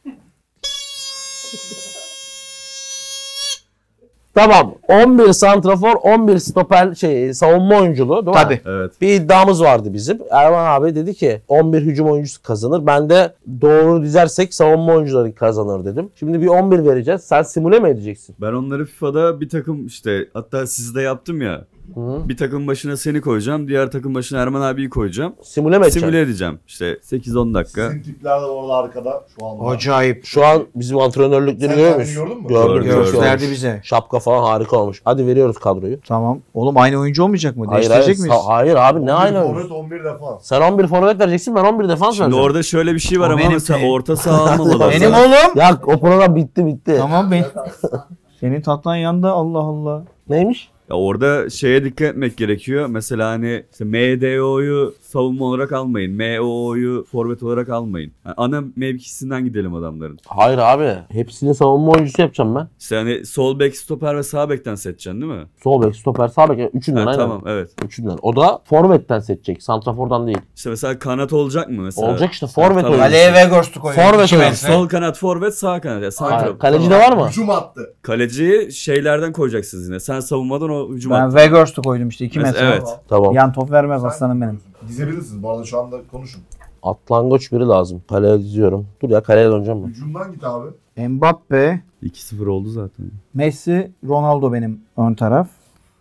Tamam. 11 santrafor, 11 stoper savunma oyunculuğu değil mi?
Tabii.
Evet.
Bir iddiamız vardı bizim. Erman abi dedi ki 11 hücum oyuncusu kazanır. Ben de doğru dizersek savunma oyuncuları kazanır dedim. Şimdi bir 11 vereceğiz. Sen simüle mi edeceksin?
Ben onları FIFA'da bir takım işte hatta sizde yaptım ya.
Hı.
Bir takım başına seni koyacağım. Diğer takım başına Erman abiyi koyacağım.
Simüle mi edeceksin?
Simüle edeceğim. İşte 8-10 dakika.
Sizin tipler de orada arkada şu anda.
Acayip.
Şu an bizim antrenörlükleri
Sen
görüyor
kendini
musun?
gördün mü?
Gördüm.
Gördüm.
Çok iyi
Gösterdi
olmuş.
bize.
Şapka falan harika olmuş. Hadi veriyoruz kadroyu.
Tamam. Oğlum aynı oyuncu olmayacak mı?
Hayır,
Değiştirecek
hayır,
miyiz?
hayır abi ne
11
aynı
forvet,
oyuncu?
11 defans.
Sen 11 forvet vereceksin, ben 11 defans
Şimdi
vereceğim.
orada şöyle bir şey var
O
ama
benim
mesela
şey.
orta saha almamalı.
Benim oğlum.
Ya o program bitti.
Tamam ben. Senin tatlan yanında Allah Allah.
Neymiş?
Ya orada şeye dikkat etmek gerekiyor. Mesela hani işte MDO'yu savunma olarak almayın. MO'yu forvet olarak almayın. Yani ana mevkisinden gidelim adamların.
Hayır abi. Hepsini savunma oyuncusu yapacağım ben.
İşte hani sol bek, stoper ve sağ bekten seçeceksin değil mi?
Sol bek, stoper, sağ bek. Üçünden
Ha,
aynen.
tamam evet.
Üçünden. O da forvetten seçecek. Santrafordan değil.
İşte mesela kanat olacak mı mesela?
Olacak işte forvet
Tamam.
oyuncusu.
Kaleye Vegors'tu koyuyor.
Forvet
İki
oyuncusu.
metre.
Sol kanat forvet, sağ kanat. Yani sağ
Hayır,
taraf.
kaleci de var mı?
Hücum attı.
Kaleciyi şeylerden koyacaksınız yine. Sen savunmadan o hücum
Ben
at.
Vegors'tu koydum işte 2
Mesela-
metre.
Evet.
Tamam.
Yan top vermez aslanım benim.
Dizebilirsiniz. Bu arada şu anda konuşun.
Atlangoç biri lazım. Kaleye diziyorum. Dur ya kaleye döneceğim ben.
Hücumdan git abi.
Mbappe,
2-0 oldu zaten.
Messi, Ronaldo benim ön taraf.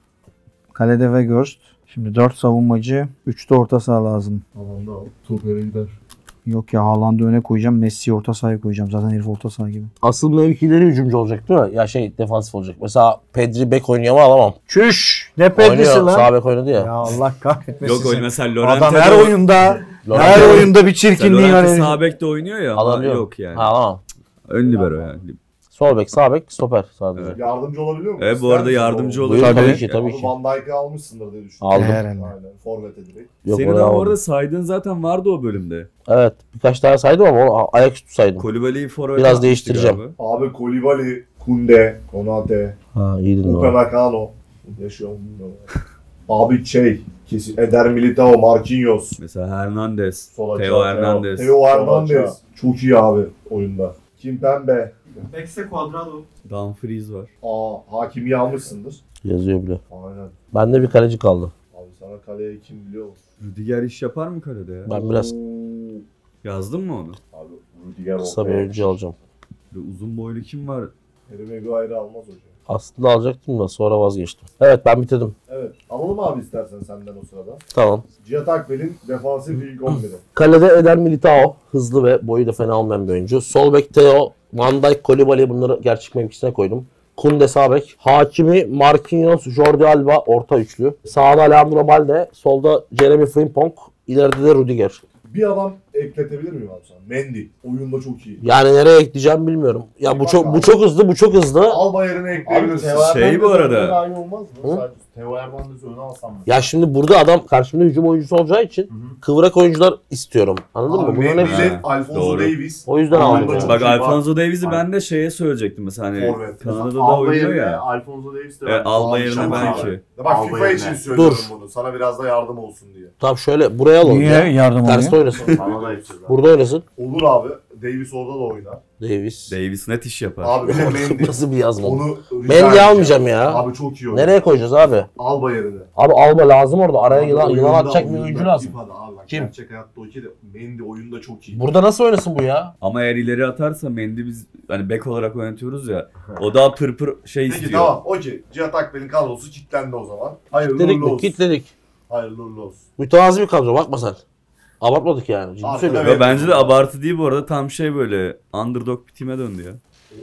Kalede Weghorst. Şimdi 4 savunmacı, 3 de orta saha lazım.
Tamam da top yere gider.
Yok ya Haaland'ı öne koyacağım, Messi'yi orta sahaya koyacağım. Zaten herif orta saha gibi.
Asıl mevkileri hücumcu olacak değil mi? Ya defansif olacak. Mesela Pedri bek oynuyor ama alamam.
Çüş! Ne pedisi
Oynuyor.
lan?
Sağ bek oynadı ya.
Ya Allah kahretmesin.
Yok
seni.
öyle mesela Lorente
Adam her oyunda
Lorente-
her oyunda bir çirkinliği var.
Lorente sağ bekte oynuyor ya ama
Alamıyorum.
yok yani.
Ha alamam.
Ön libero yani.
Sol bek, sağ bek, stoper sadece.
Evet.
Yardımcı olabiliyor mu?
Evet bu arada yardımcı olur.
Buyur,
Tabii.
tabii ki tabii ki.
Van Dijk'ı almışsındır diye düşünüyorum.
Aldım.
Herhalde.
Aynen. Forvet'e direkt.
Yok,
Senin
oraya
ama
almadım.
orada saydığın zaten vardı o bölümde.
Evet. Birkaç tane saydım ama onu ayaküstü saydım.
Kulübeli'yi forvet
Biraz
atmıştı
değiştireceğim.
galiba.
Abi Koulibaly, Kunde, Konate,
Ha iyiydin o.
Upamecano. Yaşıyor mu bilmiyorum. Abi kesin Eder Militao, Marquinhos.
Mesela Hernandez,
Sol
Theo
açığa,
Hernandez.
Theo Hernandez. Çok iyi abi oyunda. Kimpembe.
Bekse Cuadrado.
Dumfries var.
Hakimi almışsındır.
Yazıyor bile.
Aynen.
Bende bir kaleci kaldı.
Abi sana kaleye kim biliyor musun?
Rüdiger iş yapar mı kalede ya?
Ben biraz
Yazdın mı onu?
Abi Rüdiger
kısa bir oyuncu alacağım.
Böyle uzun boylu kim var?
Harry Maguire almaz hocam.
Aslında alacaktım da sonra vazgeçtim. Evet ben bitirdim.
Evet. Alalım abi istersen senden o sırada.
Tamam.
Cihat Akbel'in defansif ilk 11'i.
Kalede Eder Militao. Hızlı ve boyu da fena olmayan bir oyuncu. Sol bek Theo, Van Dijk, Koulibaly bunları gerçek mevkisine koydum. Kunde sağ bek. Hakimi Marquinhos, Jordi Alba orta üçlü. Sağda Leandro Balde. Solda Jeremy Frimpong. İleride de Rüdiger.
Bir adam ekletebilir miyim abi sana? Mendy. Oyunda çok iyi.
Yani nereye ekleyeceğim bilmiyorum. Ya bu çok hızlı.
Alba yerine ekleyebilirsin.
Şey bu arada.
Aynı olmaz mı?
Hı?
Sadece Theo Hernandez'i öne alsam mı?
Ya şimdi burada adam karşımda hücum oyuncusu olacağı için kıvrak oyuncular istiyorum. Anladın mı? Bunların
Mendy
hepsi.
ile Alfonso
Doğru.
Davies.
O yüzden
Oyunda
aldım.
çok
Bak
iyi.
Alfonso Davies'i
Aynen.
ben de şeye söyleyecektim mesela hani
Forvet.
Kanada'da da
Alba
oynuyor
yerine
ya.
Alfonso Davies de
Alba yerine
Alba
belki.
Bak
Alba
FIFA
yerine.
için söylüyorum
Dur.
bunu. Sana biraz da yardım olsun diye.
Tamam şöyle buraya alalım
Niye
ya.
yardım
Terste
oluyor?
oynasın.
Bana da yapacağız abi.
Burada oynasın.
Olur abi. Davies orada da oynar.
Davis.
Davis net iş yapar.
Abi bir de Mendy.
Nasıl bir yazma?
Onu rica
Mendy
edeceğim.
almayacağım ya.
Abi çok iyi oynuyor.
Nereye koyacağız abi?
Alba yerine.
Abi Alba lazım orada. Araya
Abi
yılan
oyunda,
atacak bir
oyunda,
oyuncu lazım.
FIFA'da abi bak,
Kim?
Gerçek hayatta okey de Mendy oyunda çok iyi.
Burada nasıl oynasın bu ya?
Ama eğer ileri atarsa Mendy biz hani bek olarak oynatıyoruz ya. O daha pırpır şey
Peki
istiyor.
tamam okey. Cihat Akbel'in kadrosu kilitlendi o zaman. Hayırlı
Kitledik
uğurlu
mi?
olsun.
Kitledik.
Hayırlı uğurlu olsun.
Mütevazi bir kadro bakma sen. Abartmadık yani. Ciddi
Arkada
söylüyorum.
Ve bence de abartı değil bu arada, tam şey böyle underdog bir time döndü ya.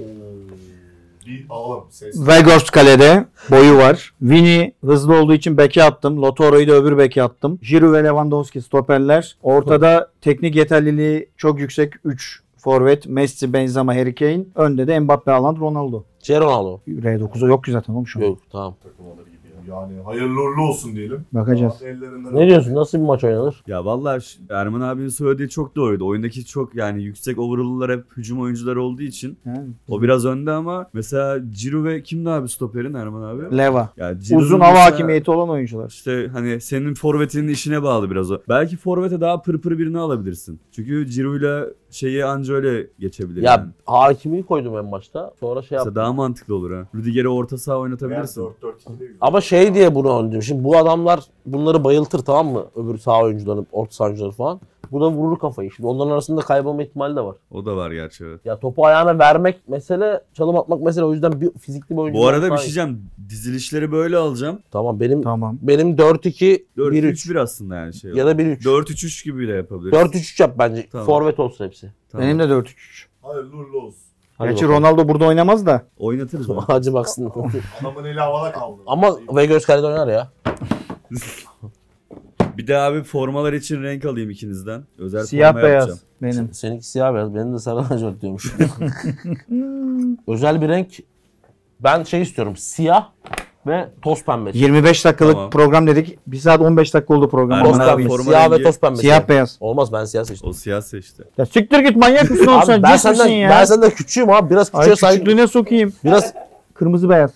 Bir alalım ses.
Weghorst kalede. Boyu var. Vini hızlı olduğu için beke attım. Lotoro'yu da öbür beke attım. Giroud ve Lewandowski stoperler. Ortada teknik yeterliliği çok yüksek 3 forvet. Messi, Benzema, Harry Kane. Önde de Mbappe, Haaland, Ronaldo.
Ronaldo.
R9'a yok ki zaten oğlum şu an.
Yok tamam.
Takım alır gibi ya. Yani hayırlı uğurlu olsun diyelim.
Bakacağız.
Ellerinden
Ne diyorsun? Nasıl bir maç oynanır?
Ya vallahi Erman abinin söylediği çok doğruydu. Oyundaki çok yani yüksek overall'lar hep hücum oyuncuları olduğu için
Yani.
o biraz önde ama mesela Giroud ve kimdi abi stoperin Erman abi?
Leva.
Ya Giroud
Uzun hava
mesela
hakimiyeti olan oyuncular.
İşte hani senin forvetinin işine bağlı biraz o. Belki forvete daha pırpır birini alabilirsin. Çünkü Giroud'la şeyi anca öyle geçebilir
Ya
yani.
hakimi koydum en başta. Sonra şey
Mesela
yaptım.
daha mantıklı olur ha. Rüdiger'i orta saha oynatabilirsin.
4-4-2 de güzel.
Ama şey diye bunu öldüm. Şimdi bu adamlar bunları bayıltır tamam mı? Öbür sağ oyuncuları, orta saha oyuncuları falan. Bu da vurur kafayı. Şimdi onların arasında kaybolma ihtimali de var.
O da var gerçi evet.
Ya topu ayağına vermek mesele, çalım atmak mesele. O yüzden bir fizikli bir oyuncu.
Bu arada bir
olmak
şey
daha iyi.
diyeceğim. Dizilişleri böyle alacağım.
Tamam benim
Tamam.
4-2 1-3
4-3-1 aslında yani şey.
ya da 1-3.
4-3-3 gibi de yapabiliriz.
4-3-3 yap bence.
Tamam.
Forvet olsun hepsi.
Tamam.
Benim de 4-3-3.
Hayırlı uğurlu olsun.
Hadi
Gerçi
bakalım.
Ronaldo burada oynamaz da.
Oynatırız onu.
Acı baksın.
Adamın eli havada kaldı.
Ama Weghorst kalede oynar ya.
Bir de abi formalar için renk alayım ikinizden. Özel
Siyah
forma
beyaz
yapacağım.
benim.
Seninki siyah beyaz. Benim de sarı lacivert diyormuş. Özel bir renk. Ben şey istiyorum. Siyah ve toz pembesi.
25 dakikalık
Tamam.
program dedik. 1 saat 15 dakika oldu program.
Erman
Toz
abi,
pembesi.
forma
Siyah ve
rengi-
toz pembesi.
Siyah beyaz.
Olmaz ben siyah seçtim.
O siyah seçti.
Ya siktir git manyak mısın oğlum
Abi
sen?
ben
Cins misin
senden,
ya?
ben senden küçüğüm abi. Biraz
Ay
küçüğe sahip.
küçüklüğüne sokayım.
Biraz
Kırmızı beyaz.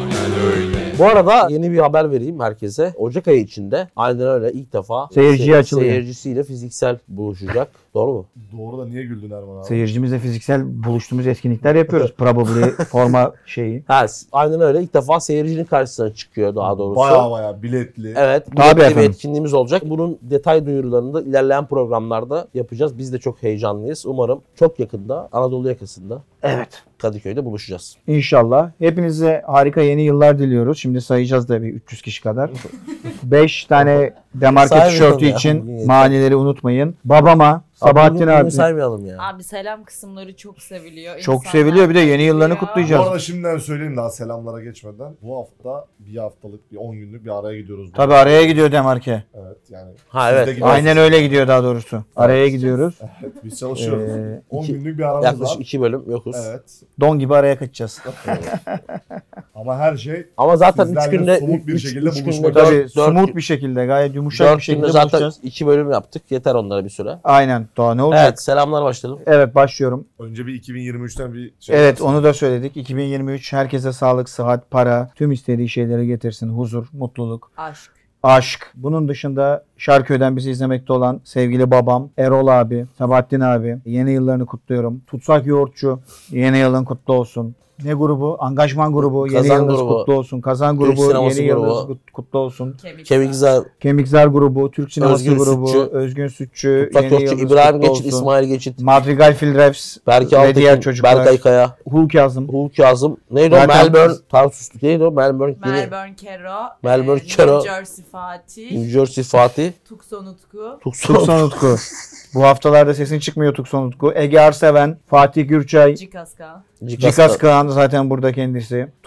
bu arada yeni bir haber vereyim herkese. Ocak ayı içinde aynen öyle ilk defa
Seyirciye açılıyor.
seyircisiyle fiziksel buluşacak. Doğru mu?
Doğru da niye güldün Erman abi?
Seyircimizle fiziksel buluştuğumuz etkinlikler yapıyoruz. Probably forma şeyi.
Ha, aynen öyle. İlk defa seyircinin karşısına çıkıyor daha doğrusu.
Baya biletli.
Evet.
Tabii
Tabii bir
efendim.
etkinliğimiz olacak. Bunun detay duyurularını da ilerleyen programlarda yapacağız. Biz de çok heyecanlıyız. Umarım çok yakında Anadolu yakasında
Evet.
Kadıköy'de buluşacağız.
İnşallah. Hepinize harika yeni yıllar diliyoruz. Şimdi sayacağız da bir 300 kişi kadar. 5 tane demarke
Saymayalım
tişörtü
ya.
için manileri unutmayın. Babama, Sabahattin
Bunu
abi.
saymayalım ya.
Abi selam kısımları çok seviliyor.
Çok
İnsanlar
seviliyor. Bir de yeni yıllarını
bekliyor.
Bu
kutlayacağız.
arada şimdiden söyleyeyim daha selamlara geçmeden. Bu hafta bir haftalık, bir 10 günlük bir araya gidiyoruz.
Tabii araya gidiyor demarke.
Evet yani.
Ha
Siz de
evet.
gidiyorsunuz.
Aynen öyle gidiyor daha doğrusu. Araya gidiyoruz.
Evet, biz çalışıyoruz. 10
iki-
günlük bir aramız
Yaklaşık
var.
2 bölüm yokuz.
Evet.
Don gibi araya kaçacağız.
Ama her şey
Ama zaten 3
Sizlerle
günde
somut bir şekilde
üç
buluşmak.
günde
Tabii
4
smooth bir şekilde, gayet yumuşak bir
4
şekilde
günde zaten
buluşacağız.
2 bölüm yaptık. Yeter onlara bir süre.
Aynen. Daha ne olacak?
Evet, selamlar başlayalım.
Evet başlıyorum.
önce bir 2023'ten bir şey.
Evet onu da söyledik. 2023 herkese sağlık, sıhhat, para, tüm istediği şeyleri getirsin. Huzur, mutluluk,
Aşk.
aşk. Bunun dışında Şarköy'den bizi izlemekte olan sevgili babam, Erol abi, Sabahattin abi. Yeni yıllarını kutluyorum. Tutsak Yoğurtçu, yeni yılın kutlu olsun. Ne grubu? Angajman grubu. Yeni
Kazan
yılınız
grubu.
kutlu olsun. Kazan
Türk
grubu.
sineması
Yeni
grubu.
yılınız kutlu olsun.
Kemikler,
Kemikzar grubu. Türk sineması
Özgün
grubu.
Sütçü.
Özgün Sütçü.
Tutsak
Yeni
Yokçu,
yılınız
İbrahim
kutlu
Geçit,
olsun.
İsmail Geçit,
Madrigal Filrevs
Berke
ve diğer
Altekin,
çocuklar.
Berkay Kaya,
Hulk Yazım.
Hulk Yazım. Neydi o?
Zaten-
Melbourne. Tarsus'tuk. Neydi o? Melbourne. Yeni.
Melbourne Kero.
Melbourne Kero.
New Jersey Fatih.
New Jersey Fatih.
Tukson Utku.
Tukson Utku. Bu haftalarda sesin çıkmıyor Tukson Utku. Ege Arseven, Fatih Gürçay,
Cikaska.
Cikas Kağan zaten burada kendisi. Turp,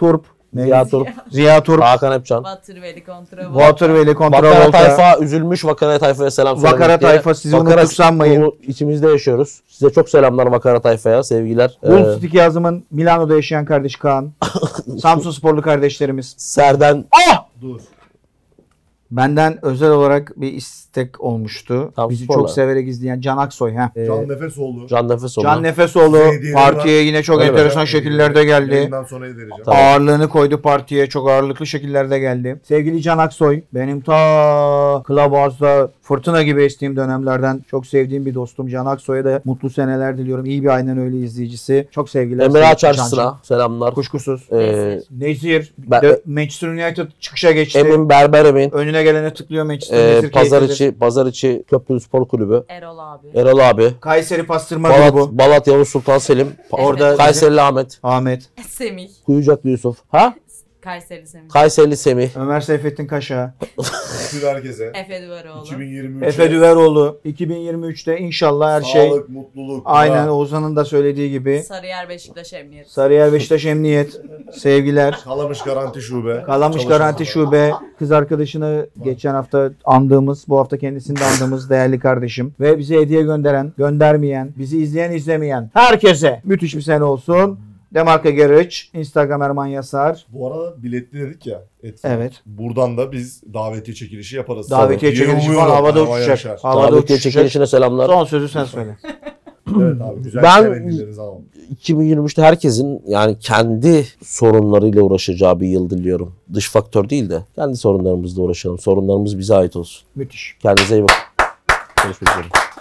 Ziya Turp,
Ziya Turp,
Hakan Epcan.
Waterveli kontra
Waterveli kontra
Vakara
Volta.
tayfa üzülmüş. Vakara tayfaya selam söylemek
Vakara
diye.
tayfa sizi
Vakara
unuttuk sanmayın.
bunu içimizde yaşıyoruz. Size çok selamlar Vakara tayfaya. Sevgiler.
Ulfstik Yazım'ın Milano'da yaşayan kardeşi Kaan. Samsun sporlu kardeşlerimiz.
Serden
Dur.
Benden özel olarak bir istek olmuştu.
Tam
Bizi
sporla.
çok severek izleyen Can Aksoy.
Can Nefesoğlu.
Can Nefesoğlu.
Can Nefesoğlu
Hediyeleri
partiye
var.
yine çok
Öyle mi?
enteresan şekillerde geldi.
Yayından sonra vereceğim.
Tamam.
Ağırlığını koydu partiye. Çok ağırlıklı şekillerde geldi. Sevgili Can Aksoy, benim ta Clubhouse'da fırtına gibi estiğim dönemlerden çok sevdiğim bir dostum. Can Aksoy'a da mutlu seneler diliyorum. İyi bir aynen öyle izleyicisi. Çok sevgiler.
Emre
sevgili
Çarşısı'na
Cancığım.
selamlar.
Kuşkusuz.
Nezir.
Nezir. Manchester United çıkışa geçti.
Emin Berber Emin.
Önüne gelene tıklıyor Manchester United.
Pazar içi Köprülü Spor Kulübü.
Erol abi.
Erol abi.
Kayseri Pastırma Grubu.
Balat Yavuz Sultan Selim.
Orada
Kayserili Ahmet.
Ahmet.
Semih.
Kuyucaklı Yusuf. Ha?
Kayseri Semih.
Kayserili Semih.
Ömer Seyfettin Kaşa.
Bütün herkese.
Efe Düveroğlu.
2023.
Efe Düveroğlu. 2023'te inşallah her şey
Sağlık, mutluluk.
aynen
para.
Ozan'ın da söylediği gibi.
Sarıyer Beşiktaş Emniyet.
Sarıyer Beşiktaş Emniyet. Sevgiler.
Kalamış Garanti Şube.
Kalamış
Çalışan
Garanti
adam.
Şube. Kız arkadaşını geçen hafta andığımız, bu hafta kendisini de andığımız değerli kardeşim. Ve bize hediye gönderen, göndermeyen, bizi izleyen, izlemeyen herkese müthiş bir sene olsun. Demarka Garage, Instagram Erman Yasar.
Bu arada biletli dedik ya.
Evet.
Buradan da biz davetiye çekilişi yaparız.
Davetiye
Tabii.
çekilişi
Yılmıyorum,
falan havada
havaya
uçacak.
yaşar.
Havada
Davetiye
uçacak.
çekilişine selamlar.
Son sözü sen söyle.
Evet abi güzel
Ben-
temennilerinizi alalım.
2023'te herkesin yani kendi sorunlarıyla uğraşacağı bir yıl diliyorum. Dış faktör değil de kendi sorunlarımızla uğraşalım. Sorunlarımız bize ait olsun.
Müthiş.
Kendinize iyi bakın. Görüşmek üzere.